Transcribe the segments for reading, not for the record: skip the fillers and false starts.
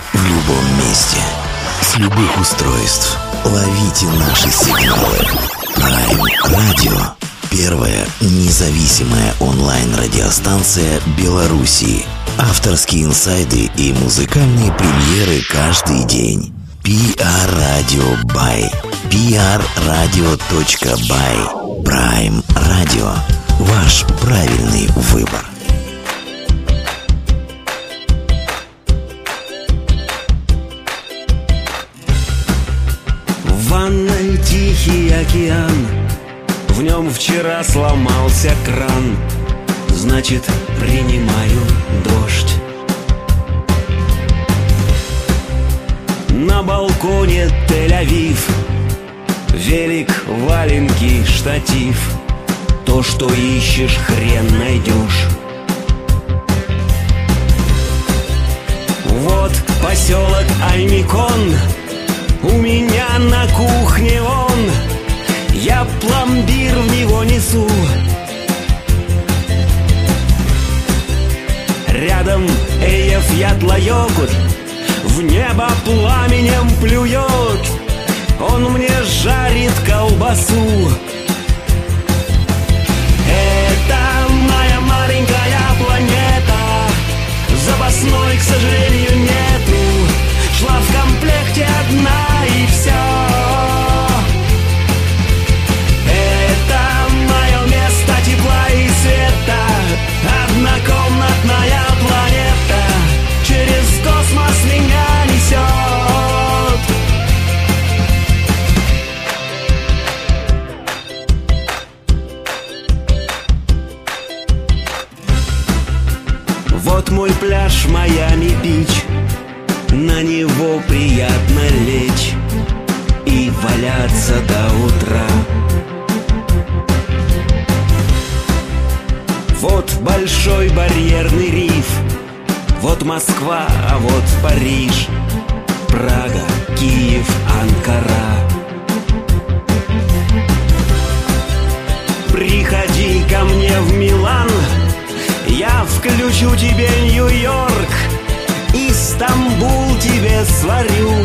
в любом месте, с любых устройств. Ловите наши сигналы. Prime Radio. Первая независимая онлайн-радиостанция Белоруссии. Авторские инсайды и музыкальные премьеры каждый день. PR Radio by prradio.by. Prime Radio. Ваш правильный выбор. В ванной тихий океан, в нем вчера сломался кран, значит, принимаю дождь. На балконе Тель-Авив, велик, валенки, штатив. То, что ищешь, хрен найдешь. Вот поселок Аймикон, у меня на кухне он. Я пломбир в него несу. Рядом Эйяфьятла-Йогурт в небо пламенем плюет. Он мне жарит колбасу. Это моя маленькая планета. Запасной, к сожалению, нету. Шла в комплекте одна и все. Это мое место тепла и света. Однокомнатная планета. Через космос меня несет. Вот мой пляж Майами-Бич. На него приятно лечь и валяться до утра. Вот большой барьерный риф. Вот Москва, а вот Париж, Прага, Киев, Анкара. Приходи ко мне в Милан, я включу тебе Нью-Йорк, и Стамбул тебе сварю.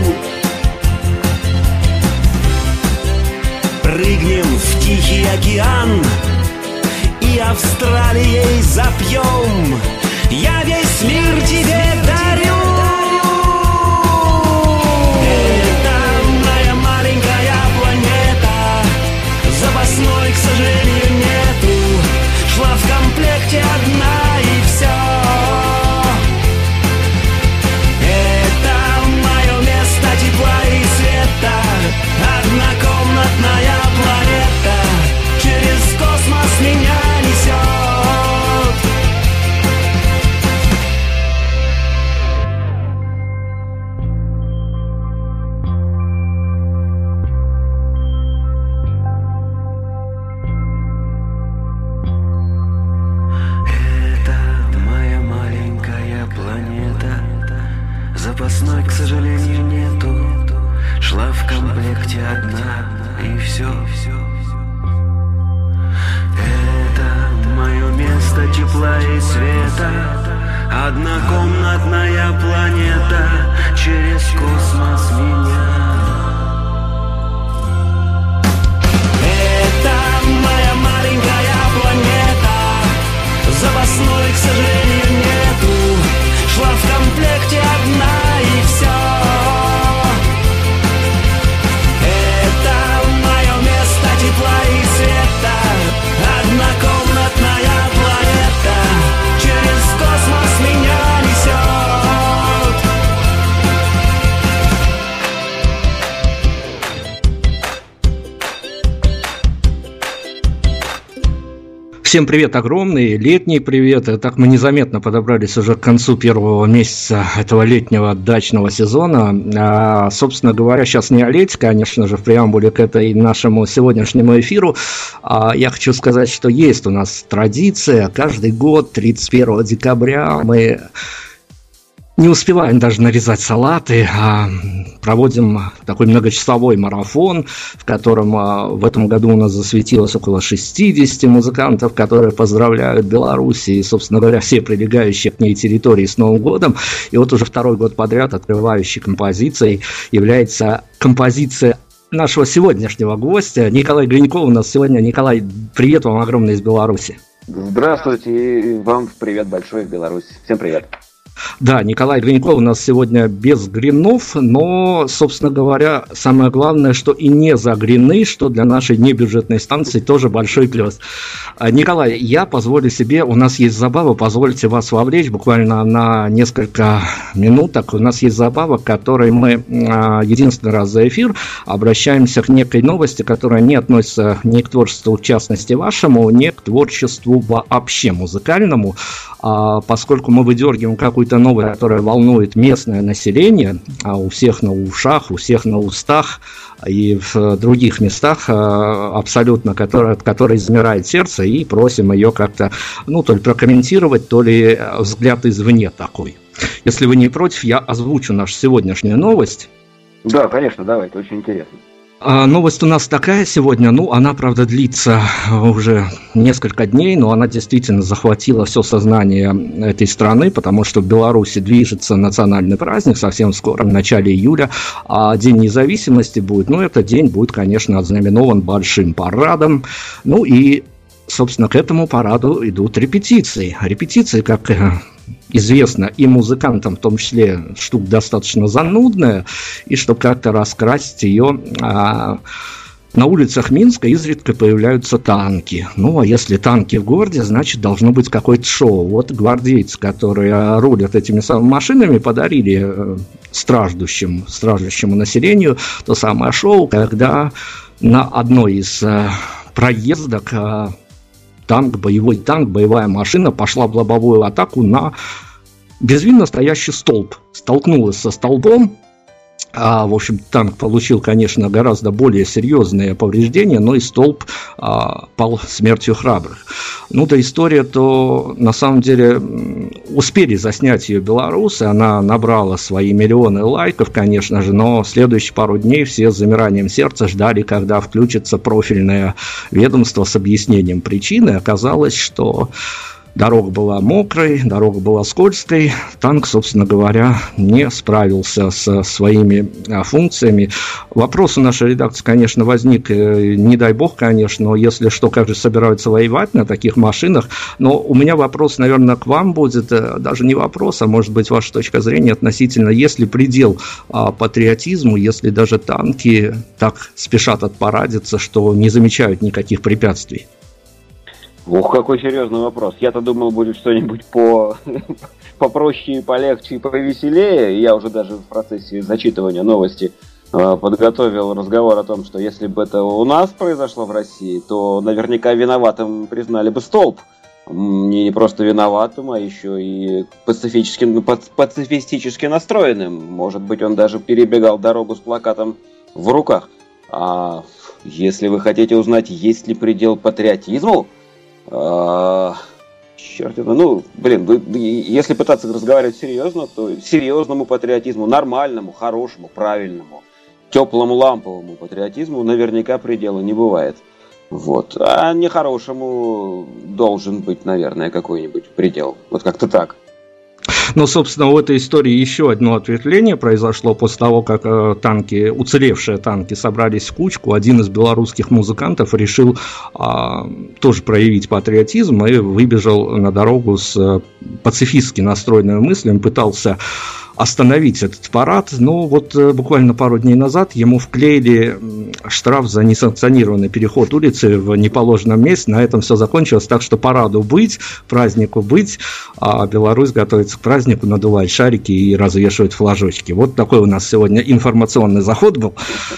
Прыгнем в Тихий океан и Австралией запьем. Я весь мир тебе дарю. Это моя маленькая планета. Запасной, к сожалению, нету. Шла в комплекте одна и все. Это мое место тепла и света. Однокомнатная планета. Через космос меня несет. Запасной, к сожалению, нету. Шла в комплекте одна и все. Это мое место тепла и света. Однокомнатная планета. Через космос меня. Это моя маленькая планета. Запасной, к сожалению, нету. Шла в комплекте одна и все. Это мое место тепла и света. Однокомнатная планета. Через космос меня несет. Всем привет огромный, летний привет. И так мы незаметно подобрались уже к концу первого месяца этого летнего дачного сезона. Собственно говоря, сейчас не о лете, конечно же, в преамбуле к этой нашему сегодняшнему эфиру. Я хочу сказать, что есть у нас традиция. Каждый год 31 декабря мы не успеваем даже нарезать салаты, а проводим такой многочасовой марафон, в котором в этом году у нас засветилось около 60 музыкантов, которые поздравляют Беларусь и, собственно говоря, все прилегающие к ней территории с Новым годом. И вот уже второй год подряд открывающей композицией является композиция нашего сегодняшнего гостя Николай Гриньков у нас сегодня. Николай, привет вам огромное из Беларуси. Здравствуйте, и вам привет большой в Беларуси. Всем привет. Да, Николай Гриньков у нас сегодня без гринов, но, собственно говоря, самое главное, что и не за грины, что для нашей небюджетной станции тоже большой плюс. Николай, я позволю себе, у нас есть забава, позвольте вас вовлечь буквально на несколько минуток. У нас есть забава, в которой мы единственный раз за эфир обращаемся к некой новости, которая не относится ни к творчеству, в частности, вашему, ни к творчеству вообще музыкальному, поскольку мы выдергиваем какую-то новость, которая волнует местное население, а у всех на ушах, у всех на устах и в других местах абсолютно, от которой замирает сердце, и просим ее как-то, то ли прокомментировать, то ли взгляд извне такой. Если вы не против, я озвучу нашу сегодняшнюю новость. Да, конечно, давайте, очень интересно. Новость у нас такая сегодня, она, правда, длится уже несколько дней, но она действительно захватила все сознание этой страны, потому что в Беларуси движется национальный праздник совсем скоро, в начале июля, а День независимости будет, этот день будет, конечно, ознаменован большим парадом, и, собственно, к этому параду идут репетиции. Репетиции, как известно, и музыкантам в том числе, штука достаточно занудная, и чтобы как-то раскрасить ее, на улицах Минска изредка появляются танки. А если танки в городе, значит, должно быть какое-то шоу. Вот гвардейцы, которые рулят этими самыми машинами, подарили страждущему населению то самое шоу, когда на одной из проездок боевая машина пошла в лобовую атаку на безвинно стоящий столб. Столкнулась со столбом. В общем, танк получил, конечно, гораздо более серьезные повреждения, но и столб пал смертью храбрых. Эта история-то, на самом деле, успели заснять ее белорусы, она набрала свои миллионы лайков, конечно же, но в следующие пару дней все с замиранием сердца ждали, когда включится профильное ведомство с объяснением причины. Оказалось, что дорога была мокрой, дорога была скользкой, танк, собственно говоря, не справился со своими функциями. Вопрос у нашей редакции, конечно, возник, не дай бог, конечно, но если что, как же собираются воевать на таких машинах. Но у меня вопрос, наверное, к вам будет, даже не вопрос, а может быть ваша точка зрения относительно, есть ли предел патриотизму, если даже танки так спешат отпарадиться, что не замечают никаких препятствий. Ух, какой серьезный вопрос. Я-то думал, будет что-нибудь попроще, полегче и повеселее. Я уже даже в процессе зачитывания новости подготовил разговор о том, что если бы это у нас произошло в России, то наверняка виноватым признали бы столб. Не просто виноватым, а еще и пацифистически настроенным. Может быть, он даже перебегал дорогу с плакатом в руках. А если вы хотите узнать, есть ли предел патриотизму, черт это, если пытаться разговаривать серьезно, то серьезному патриотизму, нормальному, хорошему, правильному, теплому, ламповому патриотизму наверняка предела не бывает. Вот. А нехорошему должен быть, наверное, какой-нибудь предел. Вот как-то так. Собственно, в этой истории еще одно ответвление произошло после того, как уцелевшие танки собрались в кучку. Один из белорусских музыкантов решил тоже проявить патриотизм и выбежал на дорогу с пацифистски настроенными мыслями, пытался остановить этот парад, но буквально пару дней назад ему вклеили штраф за несанкционированный переход улицы в неположенном месте. На этом все закончилось, так что параду быть, празднику быть, а Беларусь готовится к празднику, надувает шарики и развешивает флажочки. Вот такой у нас сегодня информационный заход был.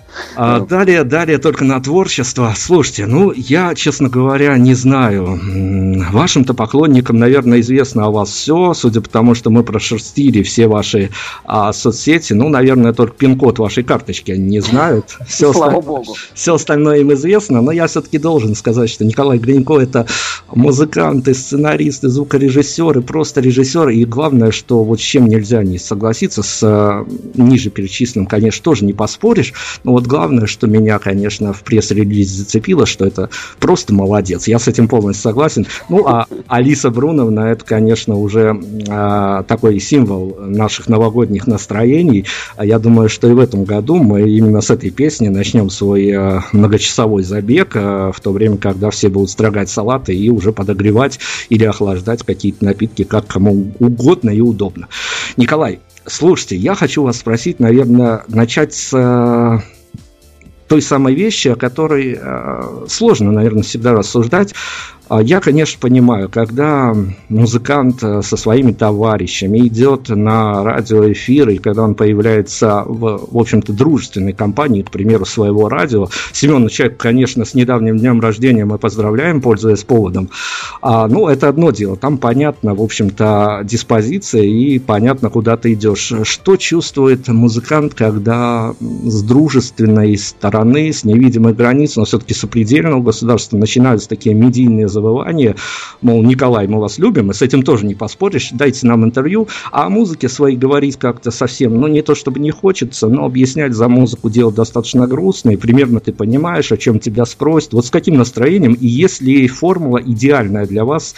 Далее только на творчество. Слушайте, я, честно говоря, не знаю. Вашим-то поклонникам, наверное, известно о вас все, судя по тому, что мы прошерстили все ваши соцсети. Наверное, только пин-код вашей карточки они не знают. Слава богу. Все остальное им известно, но я все-таки должен сказать, что Николай Гринько – это музыкант, и сценарист, и звукорежиссер, и просто режиссер. И главное, что вот с чем нельзя не согласиться, с ниже перечисленным, конечно, тоже не поспоришь. Но вот главное, что меня, конечно, в пресс-релизе зацепило, что это просто молодец. Я с этим полностью согласен. А Алиса Бруновна – это, конечно, уже такой символ наших новогодних настроений. Я думаю, что и в этом году мы именно с этой песни начнем свой многочасовой забег, в то время, когда все будут строгать салаты и уже подогревать или охлаждать какие-то напитки, как кому угодно и удобно. Николай, слушайте, я хочу вас спросить, наверное, начать с той самой вещи, о которой сложно, наверное, всегда рассуждать. Я, конечно, понимаю, когда музыкант со своими товарищами идет на радиоэфир, и когда он появляется в общем-то, дружественной компании, к примеру, своего радио. Семен, человек, конечно, с недавним днем рождения мы поздравляем, пользуясь поводом. Это одно дело. Там понятно, в общем-то, диспозиция и понятно, куда ты идешь. Что чувствует музыкант, когда с дружественной стороны, с невидимой границы, но все-таки сопредельного государства начинаются такие медийные завывания, мол, Николай, мы вас любим, и с этим тоже не поспоришь, дайте нам интервью, а о музыке своей говорить как-то совсем, не то чтобы не хочется, но объяснять за музыку дело достаточно грустное, и примерно ты понимаешь, о чем тебя спросят, вот с каким настроением, и есть ли формула идеальная для вас,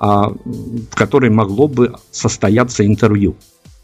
в которой могло бы состояться интервью?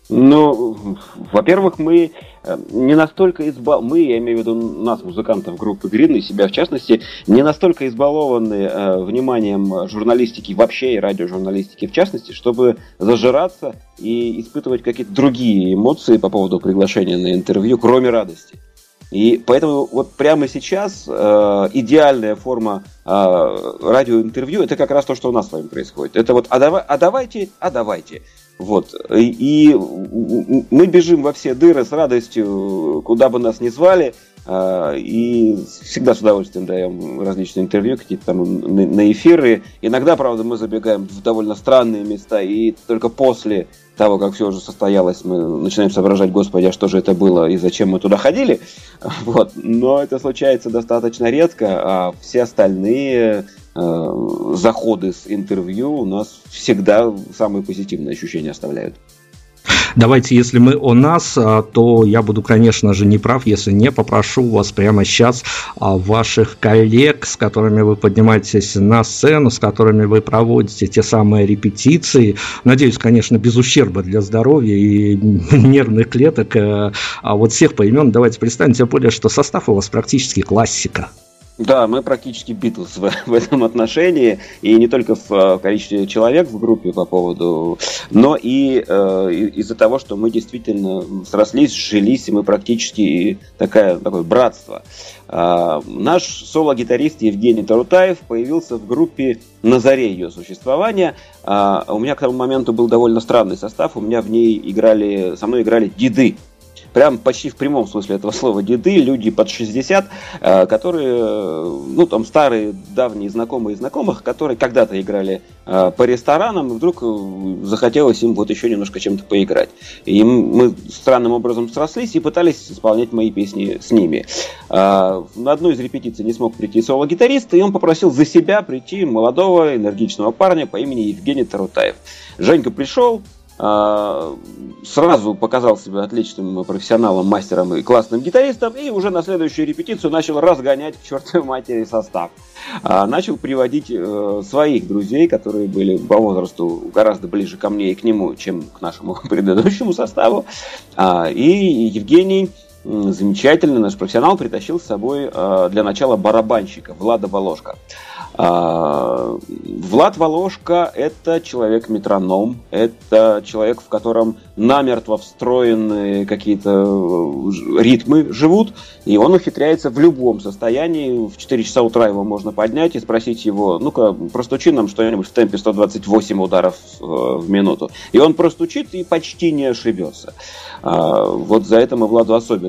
Во-первых, мы не настолько мы, я имею в виду нас, музыкантов группы Green, и себя в частности, не настолько избалованы вниманием журналистики вообще и радиожурналистики в частности, чтобы зажираться и испытывать какие-то другие эмоции по поводу приглашения на интервью, кроме радости. И поэтому вот прямо сейчас идеальная форма радиоинтервью — это как раз то, что у нас с вами происходит. Это вот давайте. Вот. И мы бежим во все дыры с радостью, куда бы нас ни звали, и всегда с удовольствием даем различные интервью, какие-то там на эфиры. Иногда, правда, мы забегаем в довольно странные места, и только после того, как все уже состоялось, мы начинаем соображать, господи, а что же это было и зачем мы туда ходили. Вот. Но это случается достаточно редко, а все остальные заходы с интервью у нас всегда самые позитивные ощущения оставляют. Давайте, если мы о нас, то я буду, конечно же, не прав, если не попрошу вас прямо сейчас ваших коллег, с которыми вы поднимаетесь на сцену, с которыми вы проводите те самые репетиции. Надеюсь, конечно, без ущерба для здоровья и нервных клеток. А вот всех поимен давайте представим, тем более, что состав у вас практически классика. Да, мы практически Битлз в этом отношении, и не только в количестве человек в группе по поводу, но и из-за того, что мы действительно срослись, сжились, и мы практически такое братство. Наш соло-гитарист Евгений Тарутаев появился в группе на заре ее существования. У меня к тому моменту был довольно странный состав, у меня со мной играли деды. Прям почти в прямом смысле этого слова деды, люди под 60, которые, там старые, давние знакомые знакомых, которые когда-то играли по ресторанам, и вдруг захотелось им вот еще немножко чем-то поиграть. И мы странным образом срослись и пытались исполнять мои песни с ними. На одну из репетиций не смог прийти соло-гитарист, и он попросил за себя прийти молодого, энергичного парня по имени Евгений Тарутаев. Женька пришел, сразу показал себя отличным профессионалом, мастером и классным гитаристом, и уже на следующую репетицию начал разгонять к чертовой матери состав. Начал приводить своих друзей, которые были по возрасту гораздо ближе ко мне и к нему, чем к нашему предыдущему составу. И Евгений, замечательный наш профессионал, притащил с собой для начала барабанщика Влада Волошко. Влад Волошко — это человек-метроном, это человек, в котором намертво встроены какие-то ритмы живут, и он ухитряется в любом состоянии. В 4 часа утра его можно поднять и спросить его: ну-ка, простучи нам что-нибудь в темпе 128 ударов в минуту. И он простучит и почти не ошибется. Вот за это мы Владу особенно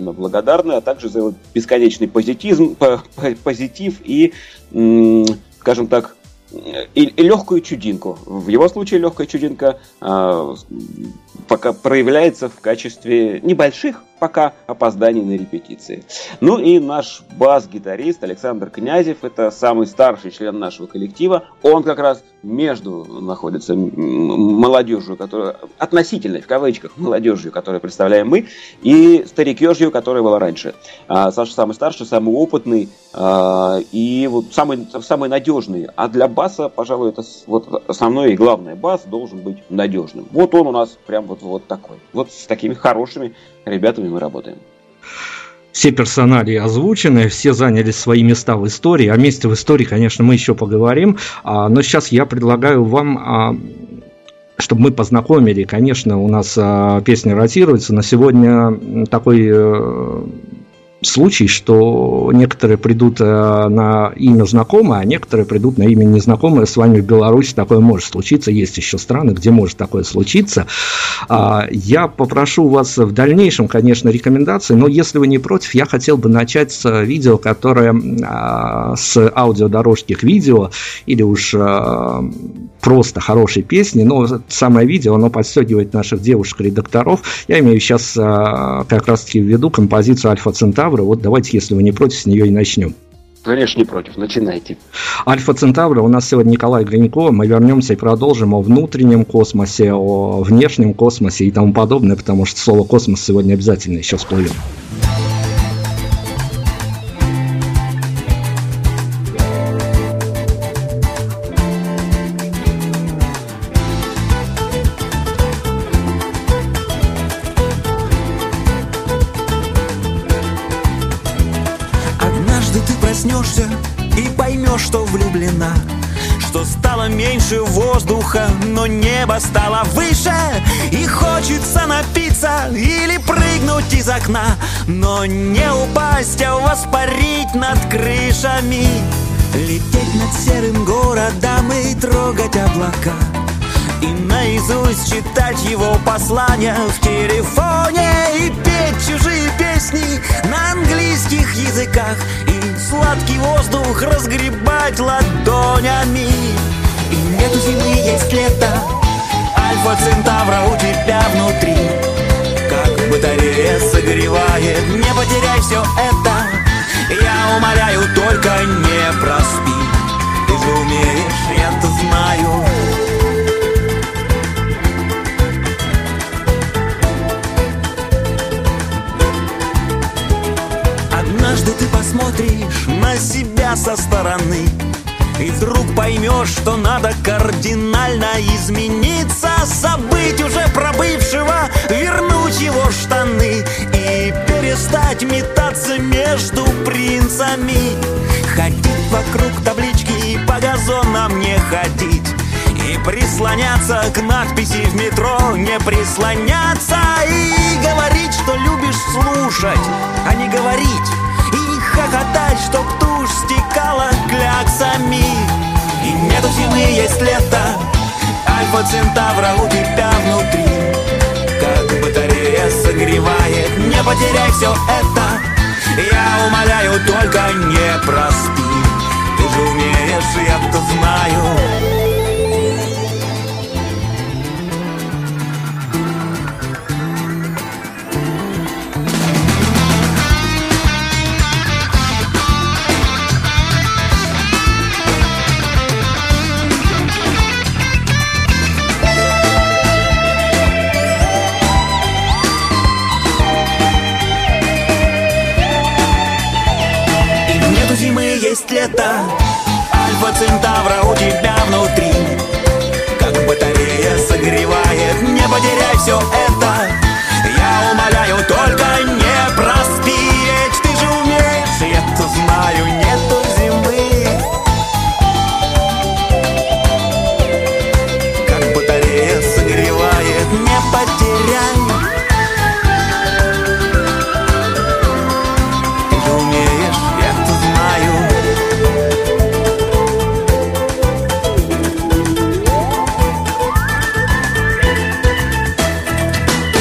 особенно благодарны, а также за его бесконечный позитив и, скажем так, и легкую чудинку. В его случае легкая чудинка пока проявляется в качестве небольших пока опозданий на репетиции. Ну и наш бас-гитарист Александр Князев, это самый старший член нашего коллектива. Он как раз между находится молодежью, которая относительно, в кавычках, молодежью, которую представляем мы, и старикежью, которая была раньше. Саша самый старший, самый опытный и вот самый надежный. А для баса, пожалуй, это вот основное и главное. Бас должен быть надежным. Вот он у нас прям вот такой. Вот с такими хорошими ребятами мы работаем. Все персоналии озвучены, все заняли свои места в истории. О месте в истории, конечно, мы еще поговорим. Но сейчас я предлагаю вам, чтобы мы познакомили. Конечно, у нас песня ротируется, но сегодня такой случай, что некоторые придут на имя знакомое, а некоторые придут на имя незнакомое. С вами в Беларуси такое может случиться. Есть еще страны, где может такое случиться. Я попрошу вас в дальнейшем, конечно, рекомендаций, но если вы не против, я хотел бы начать с видео, которое с аудиодорожки к видео, или уж просто хорошей песни, но самое видео, оно подстегивает наших девушек-редакторов. Я имею сейчас как раз-таки в виду композицию «Альфа Центавра». Вот давайте, если вы не против, с нее и начнем. Конечно, не против, начинайте. «Альфа Центавра», у нас сегодня Николай Гринько. Мы вернемся и продолжим о внутреннем космосе, о внешнем космосе и тому подобное, потому что слово «космос» сегодня обязательно еще всплывет. И поймешь, что влюблена, что стало меньше воздуха, но небо стало выше. И хочется напиться или прыгнуть из окна, но не упасть, а воспарить над крышами. Лететь над серым городом и трогать облака, и наизусть читать его послания в телефоне, и петь чужие песни на английских языках, и сладкий воздух разгребать ладонями. И нету зимы, есть лето, Альфа Центавра у тебя внутри, как батарея согревает. Не потеряй все это, я умоляю, только не проспи. Ты же умеешь, я-то знаю. Однажды ты посмотришь на себя со стороны, и вдруг поймешь, что надо кардинально измениться, забыть уже пробывшего, вернуть его штаны и перестать метаться между принцами. Ходить вокруг таблички и по газонам не ходить, и прислоняться к надписи в метро не прислоняться, и говорить, что любишь слушать, а не говорить, и хохотать, чтоб тушь стекала кляксами. И нету зимы, есть лето, Альфа Центавра у тебя внутри, как батарея согревает. Не потеряй все это, я умоляю, только не проспи. Ты же умеешь, я-то знаю. Есть лето, Альфа Центавра у тебя внутри, как батарея согревает. Не потеряй все это, я умоляю, только не проспи. Ведь ты же умеешь, я-то знаю, нету зимы, как батарея согревает. Не потеряй.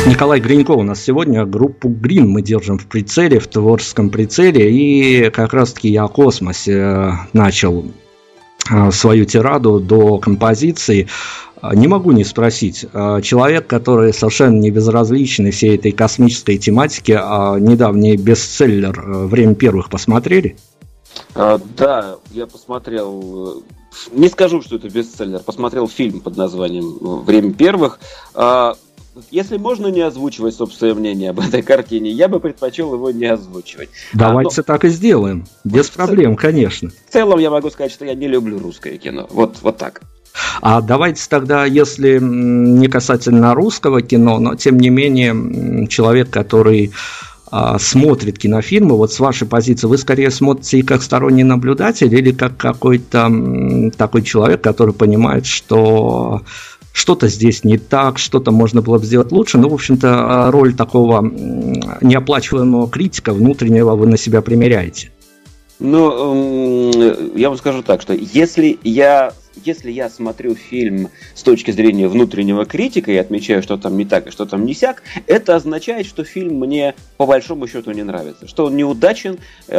Николай Гринько у нас сегодня. Группу Green мы держим в прицеле, в творческом прицеле. И как раз-таки я о космосе начал свою тираду до композиции. Не могу не спросить. Человек, который совершенно не безразличный всей этой космической тематике, недавний бестселлер «Время первых» посмотрели? Да, я посмотрел. Не скажу, что это бестселлер. Посмотрел фильм под названием «Время первых». Если можно не озвучивать собственное мнение об этой картине, я бы предпочел его не озвучивать. Давайте так и сделаем. Без проблем, конечно. В целом я могу сказать, что я не люблю русское кино. Вот так. А давайте тогда, если не касательно русского кино, но тем не менее человек, который смотрит кинофильмы, вот с вашей позиции, вы скорее смотрите и как сторонний наблюдатель, или как какой-то такой человек, который понимает, что что-то здесь не так, что-то можно было бы сделать лучше. Ну, в общем-то, роль такого неоплачиваемого критика внутреннего вы на себя примеряете. Ну, я вам скажу так, что если я смотрю фильм с точки зрения внутреннего критика и отмечаю, что там не так и что там не сяк, это означает, что фильм мне по большому счету не нравится, что он неудачен,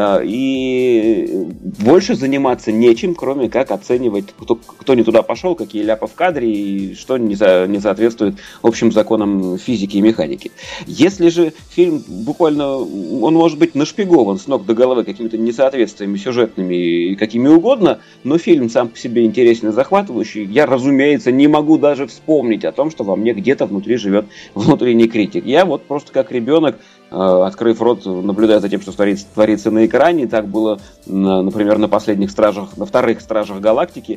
и больше заниматься нечем, кроме как оценивать, кто не туда пошел, какие ляпы в кадре и что не соответствует общим законам физики и механики. Если же фильм буквально, он может быть нашпигован с ног до головы какими-то несоответствиями сюжетными и какими угодно, но фильм сам по себе интересен и захватывающий, я, разумеется, не могу даже вспомнить о том, что во мне где-то внутри живет внутренний критик. Я вот просто как ребенок, открыв рот, наблюдая за тем, что творится на экране. Так было, например, на вторых Стражах Галактики.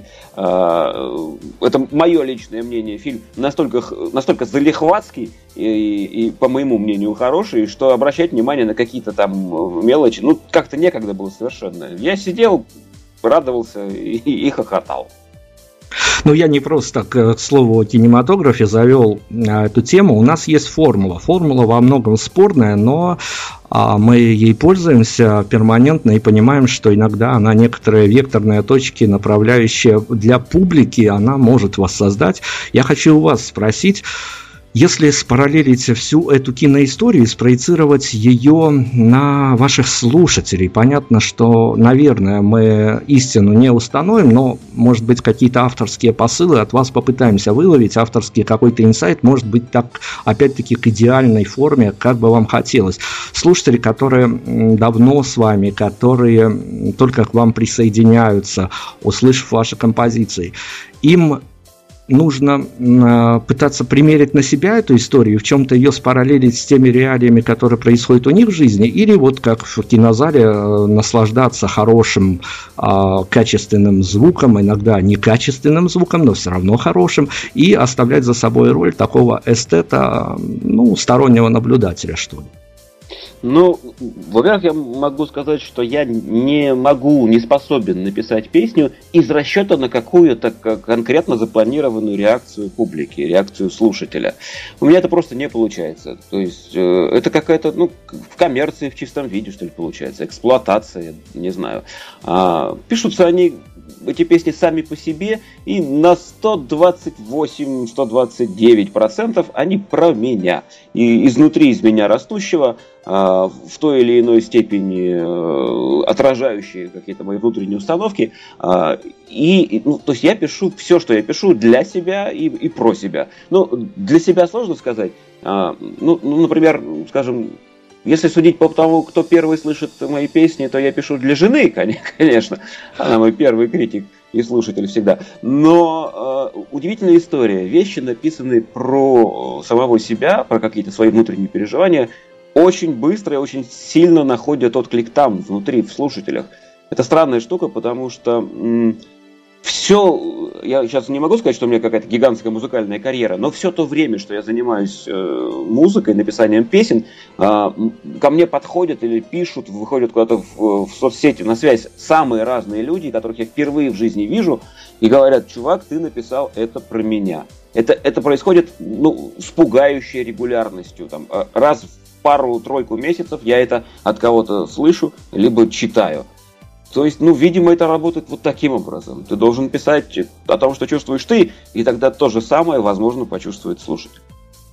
Это мое личное мнение. Фильм настолько залихватский и, по моему мнению, хороший, что обращать внимание на какие-то там мелочи, как-то некогда было совершенно. Я сидел, радовался и хохотал. Ну, я не просто так, к слову, о кинематографе завел эту тему. У нас есть формула. Формула во многом спорная, но мы ей пользуемся перманентно и понимаем, что иногда она некоторые векторные точки, направляющие для публики, она может воссоздать. Я хочу у вас спросить, если спараллелить всю эту киноисторию и спроецировать ее на ваших слушателей, понятно, что, наверное, мы истину не установим, но, может быть, какие-то авторские посылы от вас попытаемся выловить, авторский какой-то инсайт, может быть, так, опять-таки, к идеальной форме, как бы вам хотелось. Слушатели, которые давно с вами, которые только к вам присоединяются, услышав ваши композиции, им нужно пытаться примерить на себя эту историю, в чем-то ее спараллелить с теми реалиями, которые происходят у них в жизни, или вот как в кинозале наслаждаться хорошим, качественным звуком, иногда некачественным звуком, но все равно хорошим, и оставлять за собой роль такого эстета, стороннего наблюдателя, что ли. Во-первых, я могу сказать, что я не способен написать песню из расчета на какую-то конкретно запланированную реакцию публики, реакцию слушателя. У меня это просто не получается. То есть это какая-то, в коммерции в чистом виде, что ли, получается, эксплуатация, не знаю. Пишутся эти песни сами по себе, и на 128-129% они про меня. И изнутри из меня растущего, в той или иной степени отражающие какие-то мои внутренние установки. То есть я пишу все, что я пишу, для себя и про себя. Для себя сложно сказать. Например, скажем, если судить по тому, кто первый слышит мои песни, то я пишу для жены, конечно. Она мой первый критик и слушатель всегда. Но удивительная история. Вещи, написанные про самого себя, про какие-то свои внутренние переживания, очень быстро и очень сильно находят отклик там, внутри, в слушателях. Это странная штука, потому что все, я сейчас не могу сказать, что у меня какая-то гигантская музыкальная карьера, но все то время, что я занимаюсь музыкой, написанием песен, ко мне подходят или пишут, выходят куда-то в соцсети на связь самые разные люди, которых я впервые в жизни вижу, и говорят: чувак, ты написал это про меня. Это происходит с пугающей регулярностью. Раз в пару-тройку месяцев я это от кого-то слышу, либо читаю. То есть, видимо, это работает вот таким образом. Ты должен писать о том, что чувствуешь ты, и тогда то же самое, возможно, почувствует слушатель.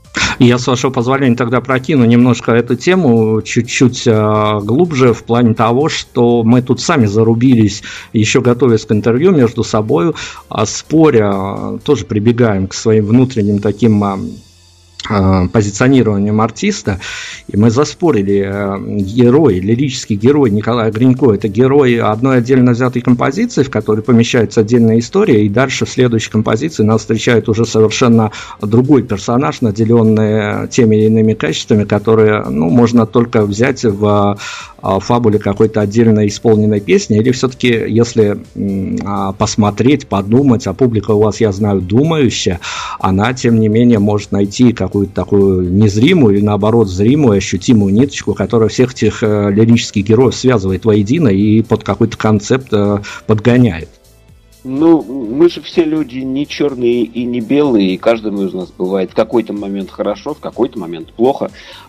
Я, с вашего позволения, тогда прокину немножко эту тему чуть-чуть глубже, в плане того, что мы тут сами зарубились, еще готовясь к интервью между собой, споря, тоже прибегаем к своим внутренним таким позиционированием артиста, и мы заспорили. Герой, лирический герой Николая Гринько — это герой одной отдельно взятой композиции, в которой помещается отдельная история, и дальше в следующей композиции нас встречает уже совершенно другой персонаж, наделенный теми или иными качествами, которые, можно только взять в фабуле какой-то отдельно исполненной песни, или все-таки, если посмотреть, подумать, а публика у вас, я знаю, думающая, она, тем не менее, может найти какую-то такую незримую или, наоборот, зримую, ощутимую ниточку, которая всех этих лирических героев связывает воедино и под какой-то концепт подгоняет. Мы же все люди не черные и не белые, и каждому из нас бывает в какой-то момент хорошо, в какой-то момент плохо.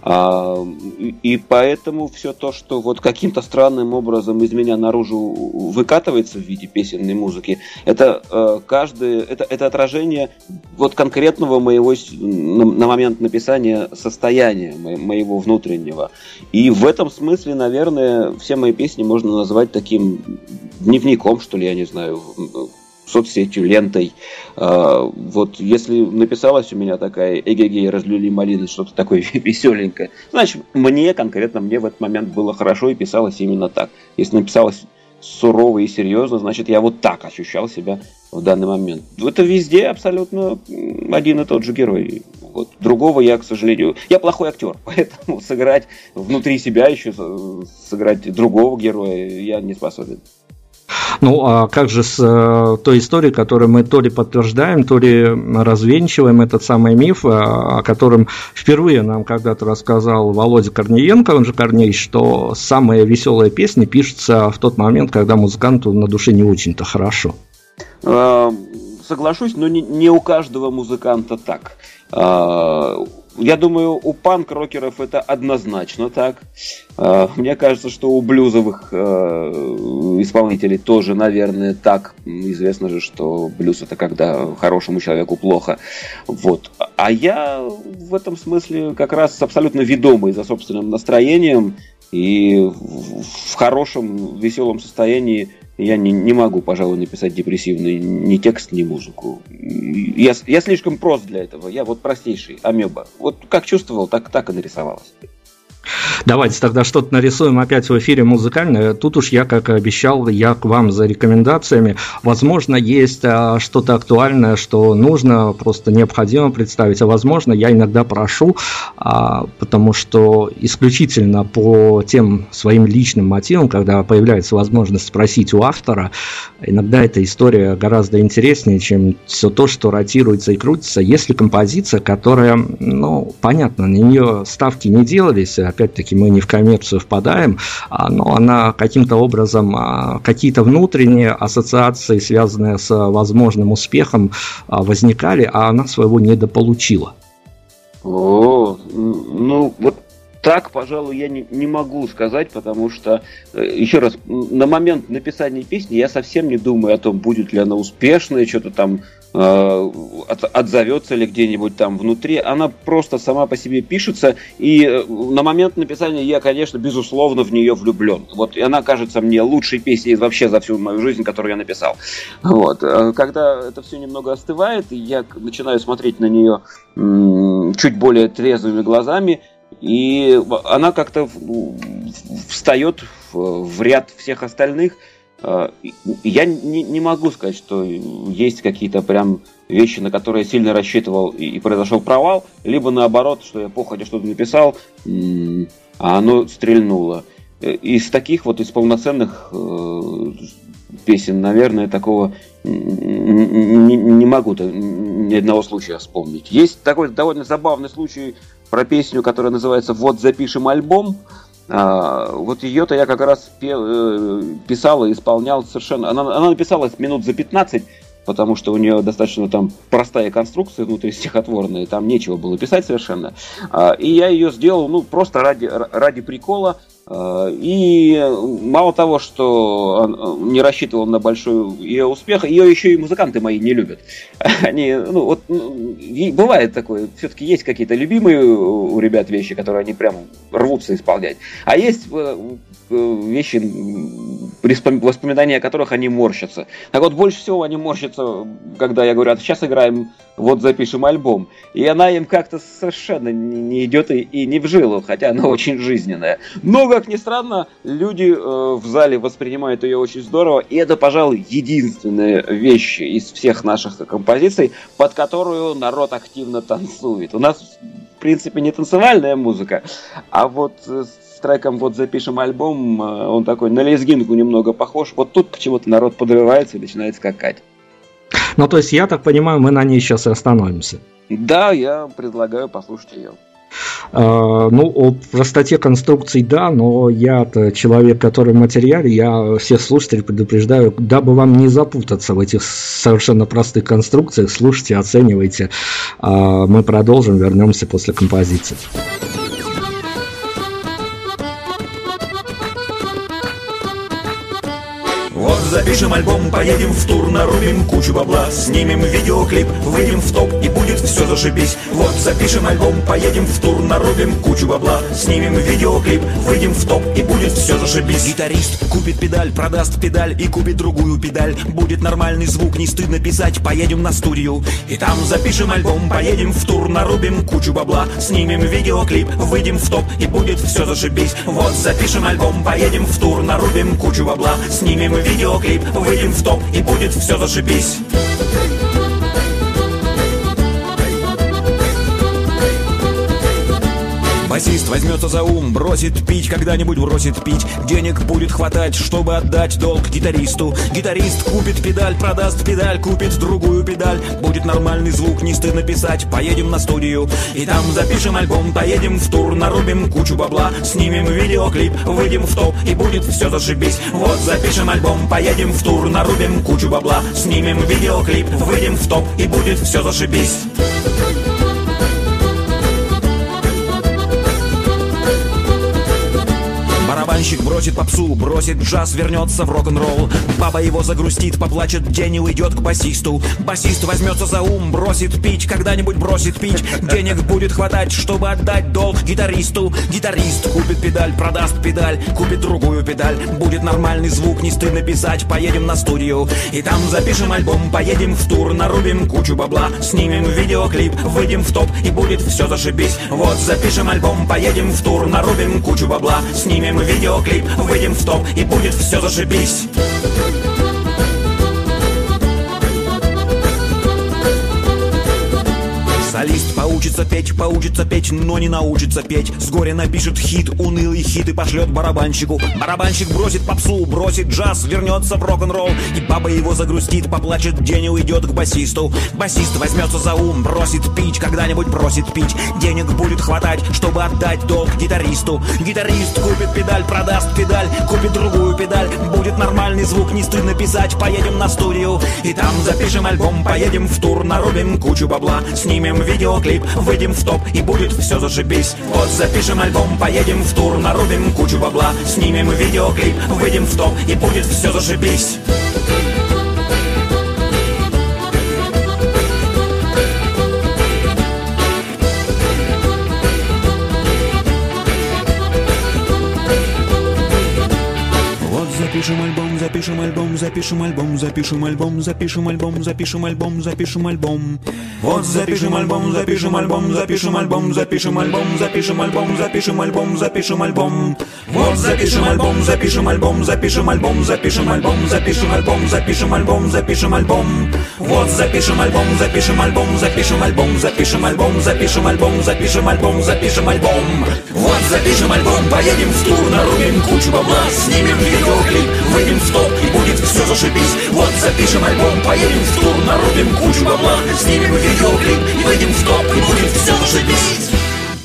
И поэтому все то, что вот каким-то странным образом из меня наружу выкатывается в виде песенной музыки, это отражение вот конкретного моего на момент написания состояния моего внутреннего. И в этом смысле, наверное, все мои песни можно назвать таким дневником, что ли, я не знаю, соцсетью, лентой. Вот если написалась у меня такая «Эгегей, разлили малины», что-то такое веселенькое, значит, конкретно мне в этот момент было хорошо и писалось именно так. Если написалось сурово и серьезно, значит, я вот так ощущал себя в данный момент. Это везде абсолютно один и тот же герой. Вот. Другого я, к сожалению... Я плохой актер, поэтому сыграть внутри себя еще, сыграть другого героя я не способен. А как же с той историей, которую мы то ли подтверждаем, то ли развенчиваем этот самый миф, о котором впервые нам когда-то рассказал Володя Корниенко, он же Корней, что самая веселая песня пишется в тот момент, когда музыканту на душе не очень-то хорошо. Соглашусь, но не у каждого музыканта так. Я думаю, у панк-рокеров это однозначно так. Мне кажется, что у блюзовых исполнителей тоже, наверное, так. Известно же, что блюз — это когда хорошему человеку плохо. Вот. А я в этом смысле как раз абсолютно ведомый за собственным настроением. И в хорошем, веселом состоянии я не могу, пожалуй, написать депрессивный ни текст, ни музыку. Я слишком прост для этого. Я вот простейший амеба. Вот как чувствовал, так и нарисовалось. Давайте тогда что-то нарисуем опять в эфире музыкальное. Тут уж я, как и обещал, я к вам за рекомендациями. Возможно, есть что-то актуальное, что нужно, просто необходимо представить. А возможно, я иногда прошу, потому что исключительно по тем своим личным мотивам, когда появляется возможность спросить у автора, иногда эта история гораздо интереснее, чем все то, что ротируется и крутится. Если композиция, которая, понятно, на нее ставки не делались, опять-таки мы не в коммерцию впадаем, но она каким-то образом, какие-то внутренние ассоциации, связанные с возможным успехом, возникали, а она своего недополучила. Вот так, пожалуй, я не могу сказать, потому что, еще раз, на момент написания песни я совсем не думаю о том, будет ли она успешной, что-то там отзовется ли где-нибудь там внутри. Она просто сама по себе пишется, и на момент написания я, конечно, безусловно в нее влюблен. Вот, и она кажется мне лучшей песней вообще за всю мою жизнь, которую я написал. Вот. Когда это все немного остывает, я начинаю смотреть на нее чуть более трезвыми глазами, и она как-то встает в ряд всех остальных. Я не могу сказать, что есть какие-то прям вещи, на которые я сильно рассчитывал и произошел провал, либо наоборот, что я походя что-то написал, а оно стрельнуло. Из таких вот, из полноценных песен, наверное, такого не могу ни одного случая вспомнить. Есть такой довольно забавный случай про песню, которая называется «Вот запишем альбом». Вот ее-то я как раз писал и исполнял совершенно... Она написалась минут за 15, потому что у нее достаточно там простая конструкция внутри стихотворная, там нечего было писать совершенно. И я ее сделал просто ради прикола. И мало того, что он не рассчитывал на большой ее успех, ее еще и музыканты мои не любят. Они, бывает такое, все-таки есть какие-то любимые у ребят вещи, которые они прям рвутся исполнять. А есть вещи, воспоминания о которых они морщатся. Так вот, больше всего они морщатся, когда я говорю, сейчас играем, вот запишем альбом. И она им как-то совершенно не идет и не в жилу, хотя она очень жизненная. Но, как ни странно, люди в зале воспринимают ее очень здорово. И это, пожалуй, единственная вещь из всех наших композиций, под которую народ активно танцует. У нас, в принципе, не танцевальная музыка, а вот с треком «Вот запишем альбом» он такой на лезгинку немного похож. Вот тут почему-то народ подрывается и начинает скакать. Ну, то есть, я так понимаю, мы на ней сейчас и остановимся. Да, я предлагаю послушать ее. О простоте конструкций, да, но я-то человек, который в материале, я всех слушателей предупреждаю, дабы вам не запутаться в этих совершенно простых конструкциях, слушайте, оценивайте. Мы продолжим, вернемся после композиции. Вот запишем альбом, поедем в тур, нарубим кучу бабла, снимем видеоклип, выйдем в топ и будет все зашибись. Вот запишем альбом, поедем в тур, нарубим кучу бабла, снимем видеоклип, выйдем в топ и будет все зашибись. Гитарист купит педаль, продаст педаль и купит другую педаль. Будет нормальный звук, не стыдно писать, поедем на студию и там запишем альбом, поедем в тур, нарубим кучу бабла, снимем видеоклип, выйдем в топ и будет все зашибись. Вот запишем альбом, поедем в тур, нарубим кучу бабла, снимем видеоклип, выйдем в топ и будет все зашибись. Басист возьмется за ум, бросит пить, когда-нибудь бросит пить. Денег будет хватать, чтобы отдать долг гитаристу. Гитарист купит педаль, продаст педаль, купит другую педаль. Будет нормальный звук, не стыдно писать, поедем на студию и там запишем альбом, поедем в тур, нарубим кучу бабла, снимем видеоклип, выйдем в топ и будет все зашибись. Вот запишем альбом, поедем в тур, нарубим кучу бабла, снимем видеоклип, выйдем в топ и будет все зашибись. Барабанщик бросит попсу, бросит джаз, вернется в рок-н-ролл. Баба его загрустит, поплачет день и уйдет к басисту. Басист возьмется за ум, бросит пить, когда-нибудь бросит пить. Денег будет хватать, чтобы отдать долг гитаристу. Гитарист купит педаль, продаст педаль, купит другую педаль. Будет нормальный звук, не стыдно писать, поедем на студию и там запишем альбом, поедем в тур, нарубим кучу бабла, снимем видеоклип, выйдем в топ и будет все зашибись. Вот запишем альбом, поедем в тур, нарубим кучу бабла, снимем видеоклип, выйдем в топ и будет все зашибись. Солист поучится петь, но не научится петь. С горя напишет хит, унылый хит и пошлет барабанщику. Барабанщик бросит попсу, бросит джаз, вернется в рок-н-ролл. И баба его загрустит, поплачет день и уйдет к басисту. Басист возьмется за ум, бросит пить, когда-нибудь бросит пить. Денег будет хватать, чтобы отдать долг гитаристу. Гитарист купит педаль, продаст педаль, купит другую педаль. Будет нормальный звук, не стыдно писать, поедем на студию и там запишем альбом, поедем в тур, нарубим кучу бабла, снимем видеоклип, выйдем в топ и будет все зашибись. Вот запишем альбом, поедем в тур, нарубим кучу бабла, снимем видеоклип, выйдем в топ и будет все зашибись. Запишем альбом, запишем альбом, запишем альбом, запишем альбом, запишем альбом, запишем альбом, запишем альбом. Вот запишем альбом, запишем альбом, запишем альбом, запишем альбом, запишем альбом, запишем альбом, запишем альбом. Вот запишем альбом, запишем альбом, запишем альбом, запишем альбом, запишем альбом, запишем альбом, запишем альбом. Вот запишем альбом, запишем альбом, запишем альбом, запишем альбом, запишем альбом, запишем альбом, запишем альбом. Вот запишем альбом, поедем в тур, нарубим кучу бабла, снимем видеоклип, выйдем в топ и будет все зашибись. Вот запишем альбом, поедем в тур, нарубим кучу бабла, снимем видеоклип, выйдем в топ и будет все зашибись.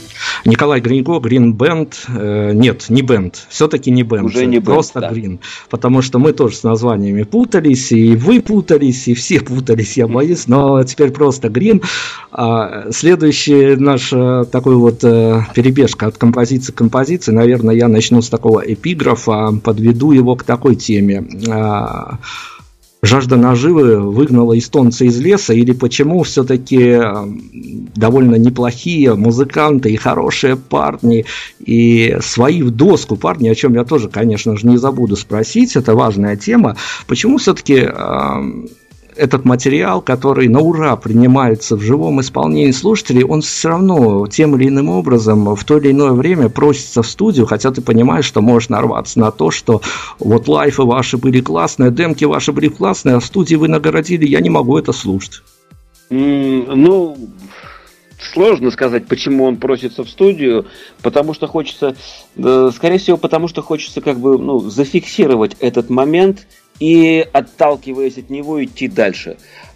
Николай Гринько, Green Band, нет, не Band, все-таки не Band, уже не просто Band, Green, да. Потому что мы тоже с названиями путались, и вы путались, и все путались, я боюсь, но теперь просто Green. Следующий наш такой вот перебежка от композиции к композиции, наверное, я начну с такого эпиграфа, подведу его к такой теме. Жажда наживы выгнала эстонца из леса, или почему все-таки довольно неплохие музыканты и хорошие парни, и свои в доску парни, о чем я тоже, конечно же, не забуду спросить, это важная тема, почему все-таки этот материал, который на ура принимается в живом исполнении слушателей, он все равно тем или иным образом в то или иное время просится в студию, хотя ты понимаешь, что можешь нарваться на то, что вот лайфы ваши были классные, демки ваши были классные, а в студии вы нагородили, я не могу это слушать. Ну, сложно сказать, почему он просится в студию, потому что хочется, скорее всего, потому что хочется как бы, зафиксировать этот момент и, отталкиваясь от него, идти дальше.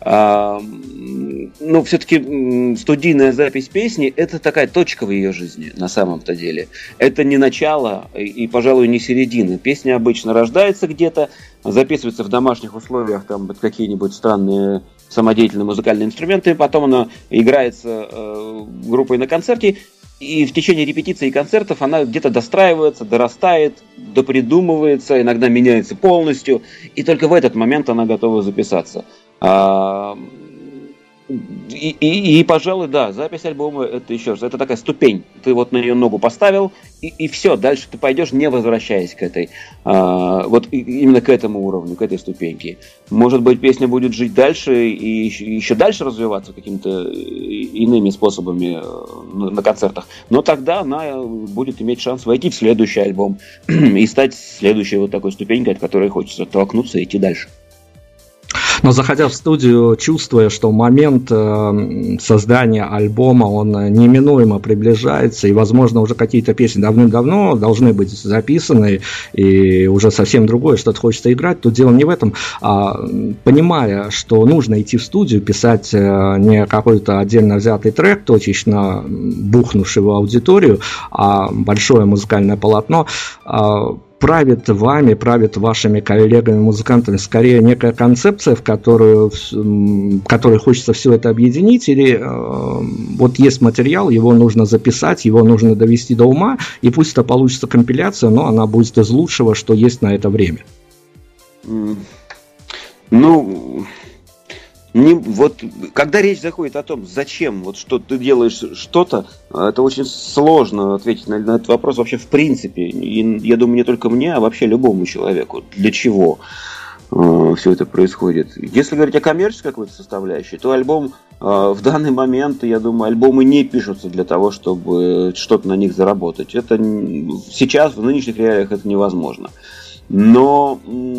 Все-таки студийная запись песни – это такая точка в ее жизни, на самом-то деле. Это не начало и, пожалуй, не середина. Песня обычно рождается где-то, записывается в домашних условиях, там какие-нибудь странные самодеятельные музыкальные инструменты, потом она играется группой на концерте, и в течение репетиций и концертов она где-то достраивается, дорастает, допридумывается, иногда меняется полностью, и только в этот момент она готова записаться. И, пожалуй, да, запись альбома это еще раз, это такая ступень. Ты вот на ее ногу поставил, и все, дальше ты пойдешь, не возвращаясь к этой, именно к этому уровню, к этой ступеньке. Может быть, песня будет жить дальше и еще дальше развиваться какими-то иными способами на концертах, но тогда она будет иметь шанс войти в следующий альбом и стать следующей вот такой ступенькой, от которой хочется оттолкнуться и идти дальше. Но заходя в студию, чувствуя, что момент создания альбома, он неминуемо приближается, и, возможно, уже какие-то песни давным-давно должны быть записаны, и уже совсем другое, что-то хочется играть, тут дело не в этом, а понимая, что нужно идти в студию, писать не какой-то отдельно взятый трек, точечно бухнувший в аудиторию, а большое музыкальное полотно, правит вами, правит вашими коллегами-музыкантами скорее некая концепция, в которой хочется все это объединить, или вот есть материал, его нужно записать, его нужно довести до ума, и пусть это получится компиляция, но она будет из лучшего, что есть на это время. Вот когда речь заходит о том, зачем, вот что ты делаешь что-то, это очень сложно ответить на этот вопрос вообще в принципе. И я думаю, не только мне, а вообще любому человеку. Для чего все это происходит? Если говорить о коммерческой какой-то составляющей, то альбом в данный момент, я думаю, альбомы не пишутся для того, чтобы что-то на них заработать. Это сейчас, в нынешних реалиях, это невозможно. Но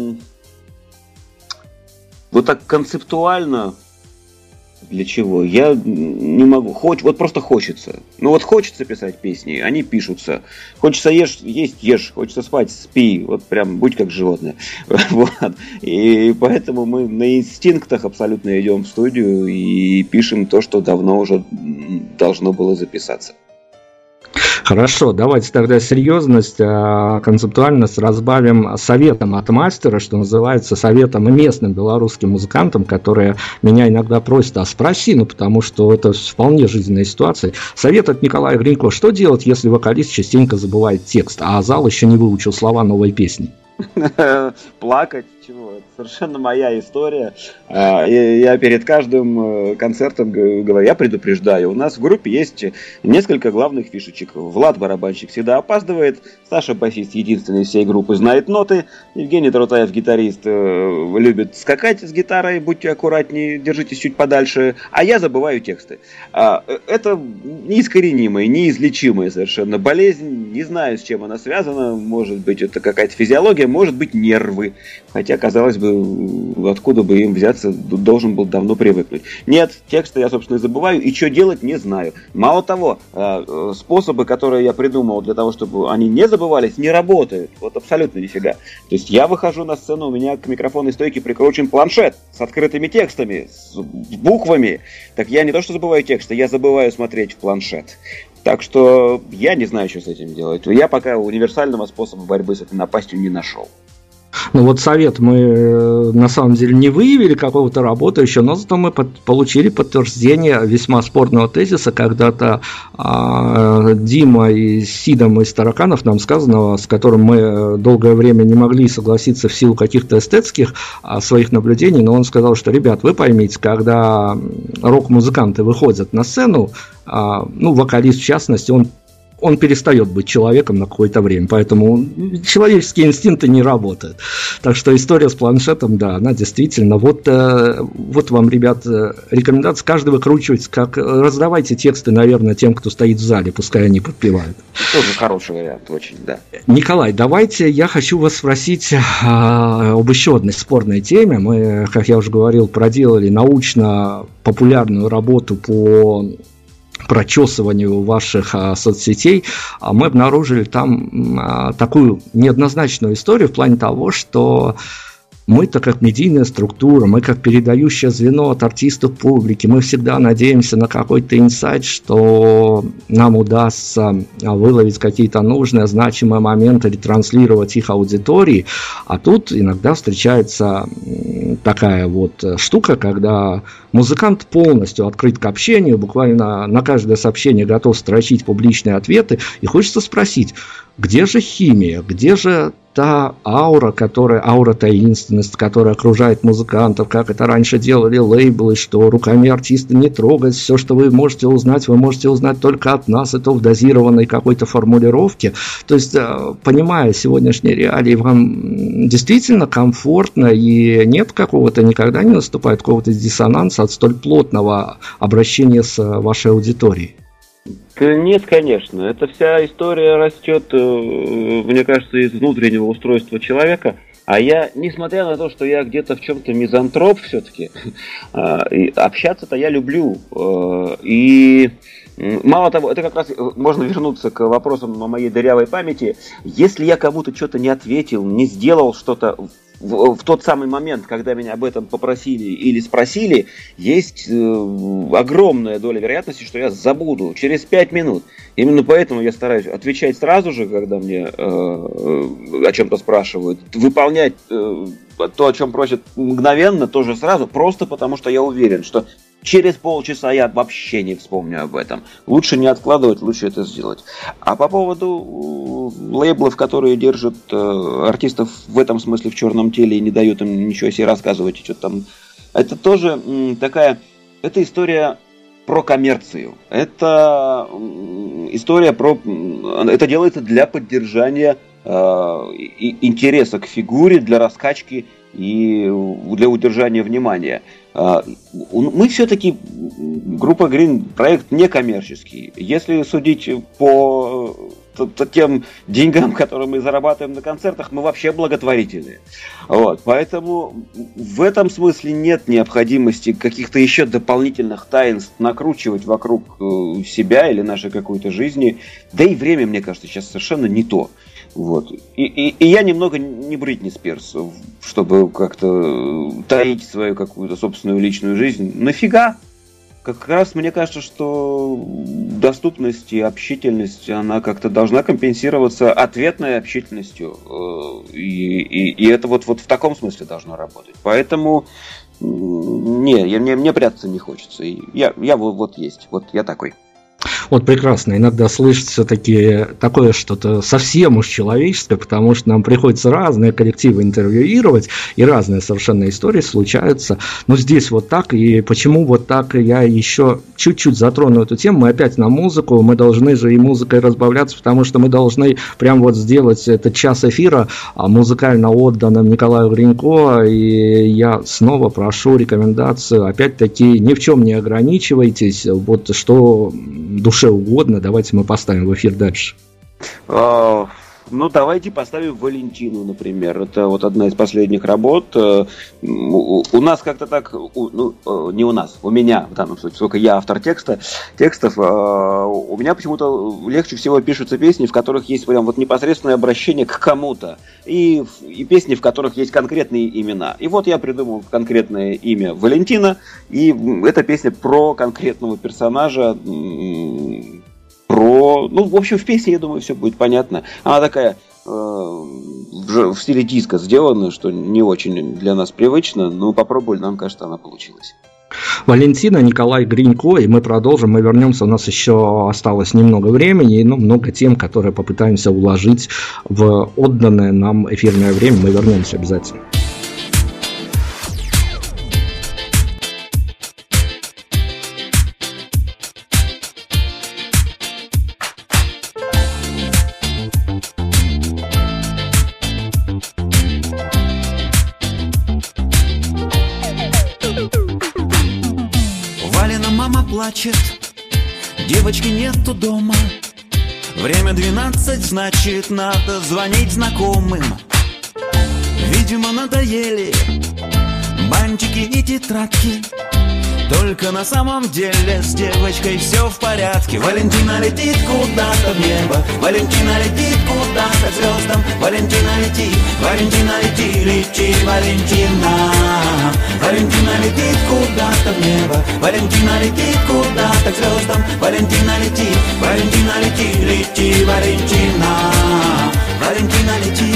вот так концептуально для чего? Я не могу. Вот просто хочется. Хочется писать песни, они пишутся. Хочется есть, ешь. Хочется спать, спи. Вот прям будь как животное. Вот. И поэтому мы на инстинктах абсолютно идем в студию и пишем то, что давно уже должно было записаться. Хорошо, давайте тогда серьезность, концептуальность разбавим советом от мастера, что называется, советом и местным белорусским музыкантам, которые меня иногда просят, спроси, потому что это вполне жизненная ситуация. Совет от Николая Гринько: что делать, если вокалист частенько забывает текст, а зал еще не выучил слова новой песни? Плакать, чего? Это совершенно моя история. Я перед каждым концертом говорю, я предупреждаю, у нас в группе есть несколько главных фишечек. Влад, барабанщик, всегда опаздывает, Саша, басист, единственный из всей группы, знает ноты, Евгений Трутаев, гитарист, любит скакать с гитарой, будьте аккуратнее, держитесь чуть подальше, а я забываю тексты. Это неискоренимая, неизлечимая совершенно болезнь, не знаю, с чем она связана, может быть, это какая-то физиология, может быть, нервы. Хотя, казалось бы, откуда бы им взяться, должен был давно привыкнуть. Нет, тексты я, собственно, забываю, и что делать, не знаю. Мало того, способы, которые я придумал для того, чтобы они не забывались, не работают. Вот абсолютно нифига. То есть я выхожу на сцену, у меня к микрофонной стойке прикручен планшет с открытыми текстами, с буквами. Так я не то что забываю тексты, я забываю смотреть в планшет. Так что я не знаю, что с этим делать. Я пока универсального способа борьбы с этой напастью не нашел. Ну вот совет мы на самом деле не выявили какого-то работающего, но зато мы получили подтверждение весьма спорного тезиса, когда-то Дима и Сидом из Тараканов нам сказанного, с которым мы долгое время не могли согласиться в силу каких-то эстетских своих наблюдений, но он сказал, что, ребят, вы поймите, когда рок-музыканты выходят на сцену, ну, вокалист в частности, он перестает быть человеком на какое-то время, поэтому человеческие инстинкты не работают. Так что история с планшетом, да, она действительно, вот вам, ребят, рекомендация, каждый выкручивается, как раздавайте тексты, наверное, тем, кто стоит в зале, пускай они подпевают. Тоже хороший вариант, очень, да. Николай, давайте, я хочу вас спросить об еще одной спорной теме. Мы, как я уже говорил, проделали научно-популярную работу по прочесыванию ваших соцсетей, мы обнаружили там такую неоднозначную историю в плане того, что мы-то как медийная структура, мы как передающее звено от артистов публике, мы всегда надеемся на какой-то инсайт, что нам удастся выловить какие-то нужные, значимые моменты, ретранслировать их аудитории, а тут иногда встречается такая вот штука, когда музыкант полностью открыт к общению, буквально на каждое сообщение готов строчить публичные ответы, и хочется спросить, где же химия, где же та аура таинственности, которая окружает музыкантов, как это раньше делали лейблы, что руками артиста не трогать, все, что вы можете узнать только от нас, это в дозированной какой-то формулировке. То есть, понимая сегодняшние реалии, вам действительно комфортно и нет какого-то, никогда не наступает какого-то диссонанса от столь плотного обращения с вашей аудиторией? Нет, конечно. Эта вся история растет, мне кажется, из внутреннего устройства человека. А я, несмотря на то, что я где-то в чем-то мизантроп все-таки, общаться-то я люблю. И мало того, это как раз можно вернуться к вопросам о моей дырявой памяти. Если я кому-то что-то не ответил, не сделал что-то в тот самый момент, когда меня об этом попросили или спросили, есть огромная доля вероятности, что я забуду через 5 минут. Именно поэтому я стараюсь отвечать сразу же, когда мне о чем-то спрашивают, выполнять то, о чем просят мгновенно, тоже сразу, просто потому что я уверен, что через полчаса я вообще не вспомню об этом. Лучше не откладывать, лучше это сделать. А по поводу лейблов, которые держат артистов в этом смысле в черном теле и не дают им ничего себе рассказывать, что там, это тоже это история про коммерцию. Это история про... Это делается для поддержания интереса к фигуре, для раскачки и для удержания внимания. Мы все-таки, группа Green, проект некоммерческий. Если судить по тем деньгам, которые мы зарабатываем на концертах, мы вообще благотворительные. Вот. Поэтому в этом смысле нет необходимости каких-то еще дополнительных таинств накручивать вокруг себя или нашей какой-то жизни. Да и время, мне кажется, сейчас совершенно не то. Вот. И я немного не Бритни Спирс, чтобы как-то таить свою какую-то собственную личную жизнь. Нафига? Как раз мне кажется, что доступность и общительность, она как-то должна компенсироваться ответной общительностью. И это вот в таком смысле должно работать. Поэтому мне прятаться не хочется. Я вот есть. Вот я такой. Вот прекрасно, иногда слышать все-таки такое что-то совсем уж человеческое, потому что нам приходится разные коллективы интервьюировать, и разные совершенно истории случаются. Но здесь вот так, и почему вот так, я еще чуть-чуть затрону эту тему. Мы опять на музыку, мы должны же и музыкой разбавляться, потому что мы должны прям вот сделать этот час эфира музыкально отданным Николаю Гринько, и я снова прошу рекомендацию, опять-таки, ни в чем не ограничивайтесь, вот что душе угодно, давайте мы поставим в эфир дальше. Ну, давайте поставим Валентину, например. Это вот одна из последних работ. У нас как-то так, не у нас, у меня, в данном случае, сколько я автор текстов, у меня почему-то легче всего пишутся песни, в которых есть прям вот непосредственное обращение к кому-то. И песни, в которых есть конкретные имена. И вот я придумал конкретное имя Валентина, и эта песня про конкретного персонажа, в общем, в песне, я думаю, все будет понятно. Она такая в стиле диска сделана, что не очень для нас привычно, но попробовали, нам кажется, она получилась. Валентина, Николай Гринько, и мы продолжим, мы вернемся, у нас еще осталось немного времени, и много тем, которые попытаемся уложить в отданное нам эфирное время, мы вернемся обязательно. Плачет, девочки нету дома. Время 12, значит, надо звонить знакомым. Видимо, надоели бантики и тетрадки. Только на самом деле с девочкой все в порядке. Валентина летит куда-то в небо, Валентина летит куда-то к звездам. Валентина лети, лети, Валентина. Валентина летит куда-то в небо, Валентина летит куда-то к звездам. Валентина лети, лети, Валентина. Валентина лети.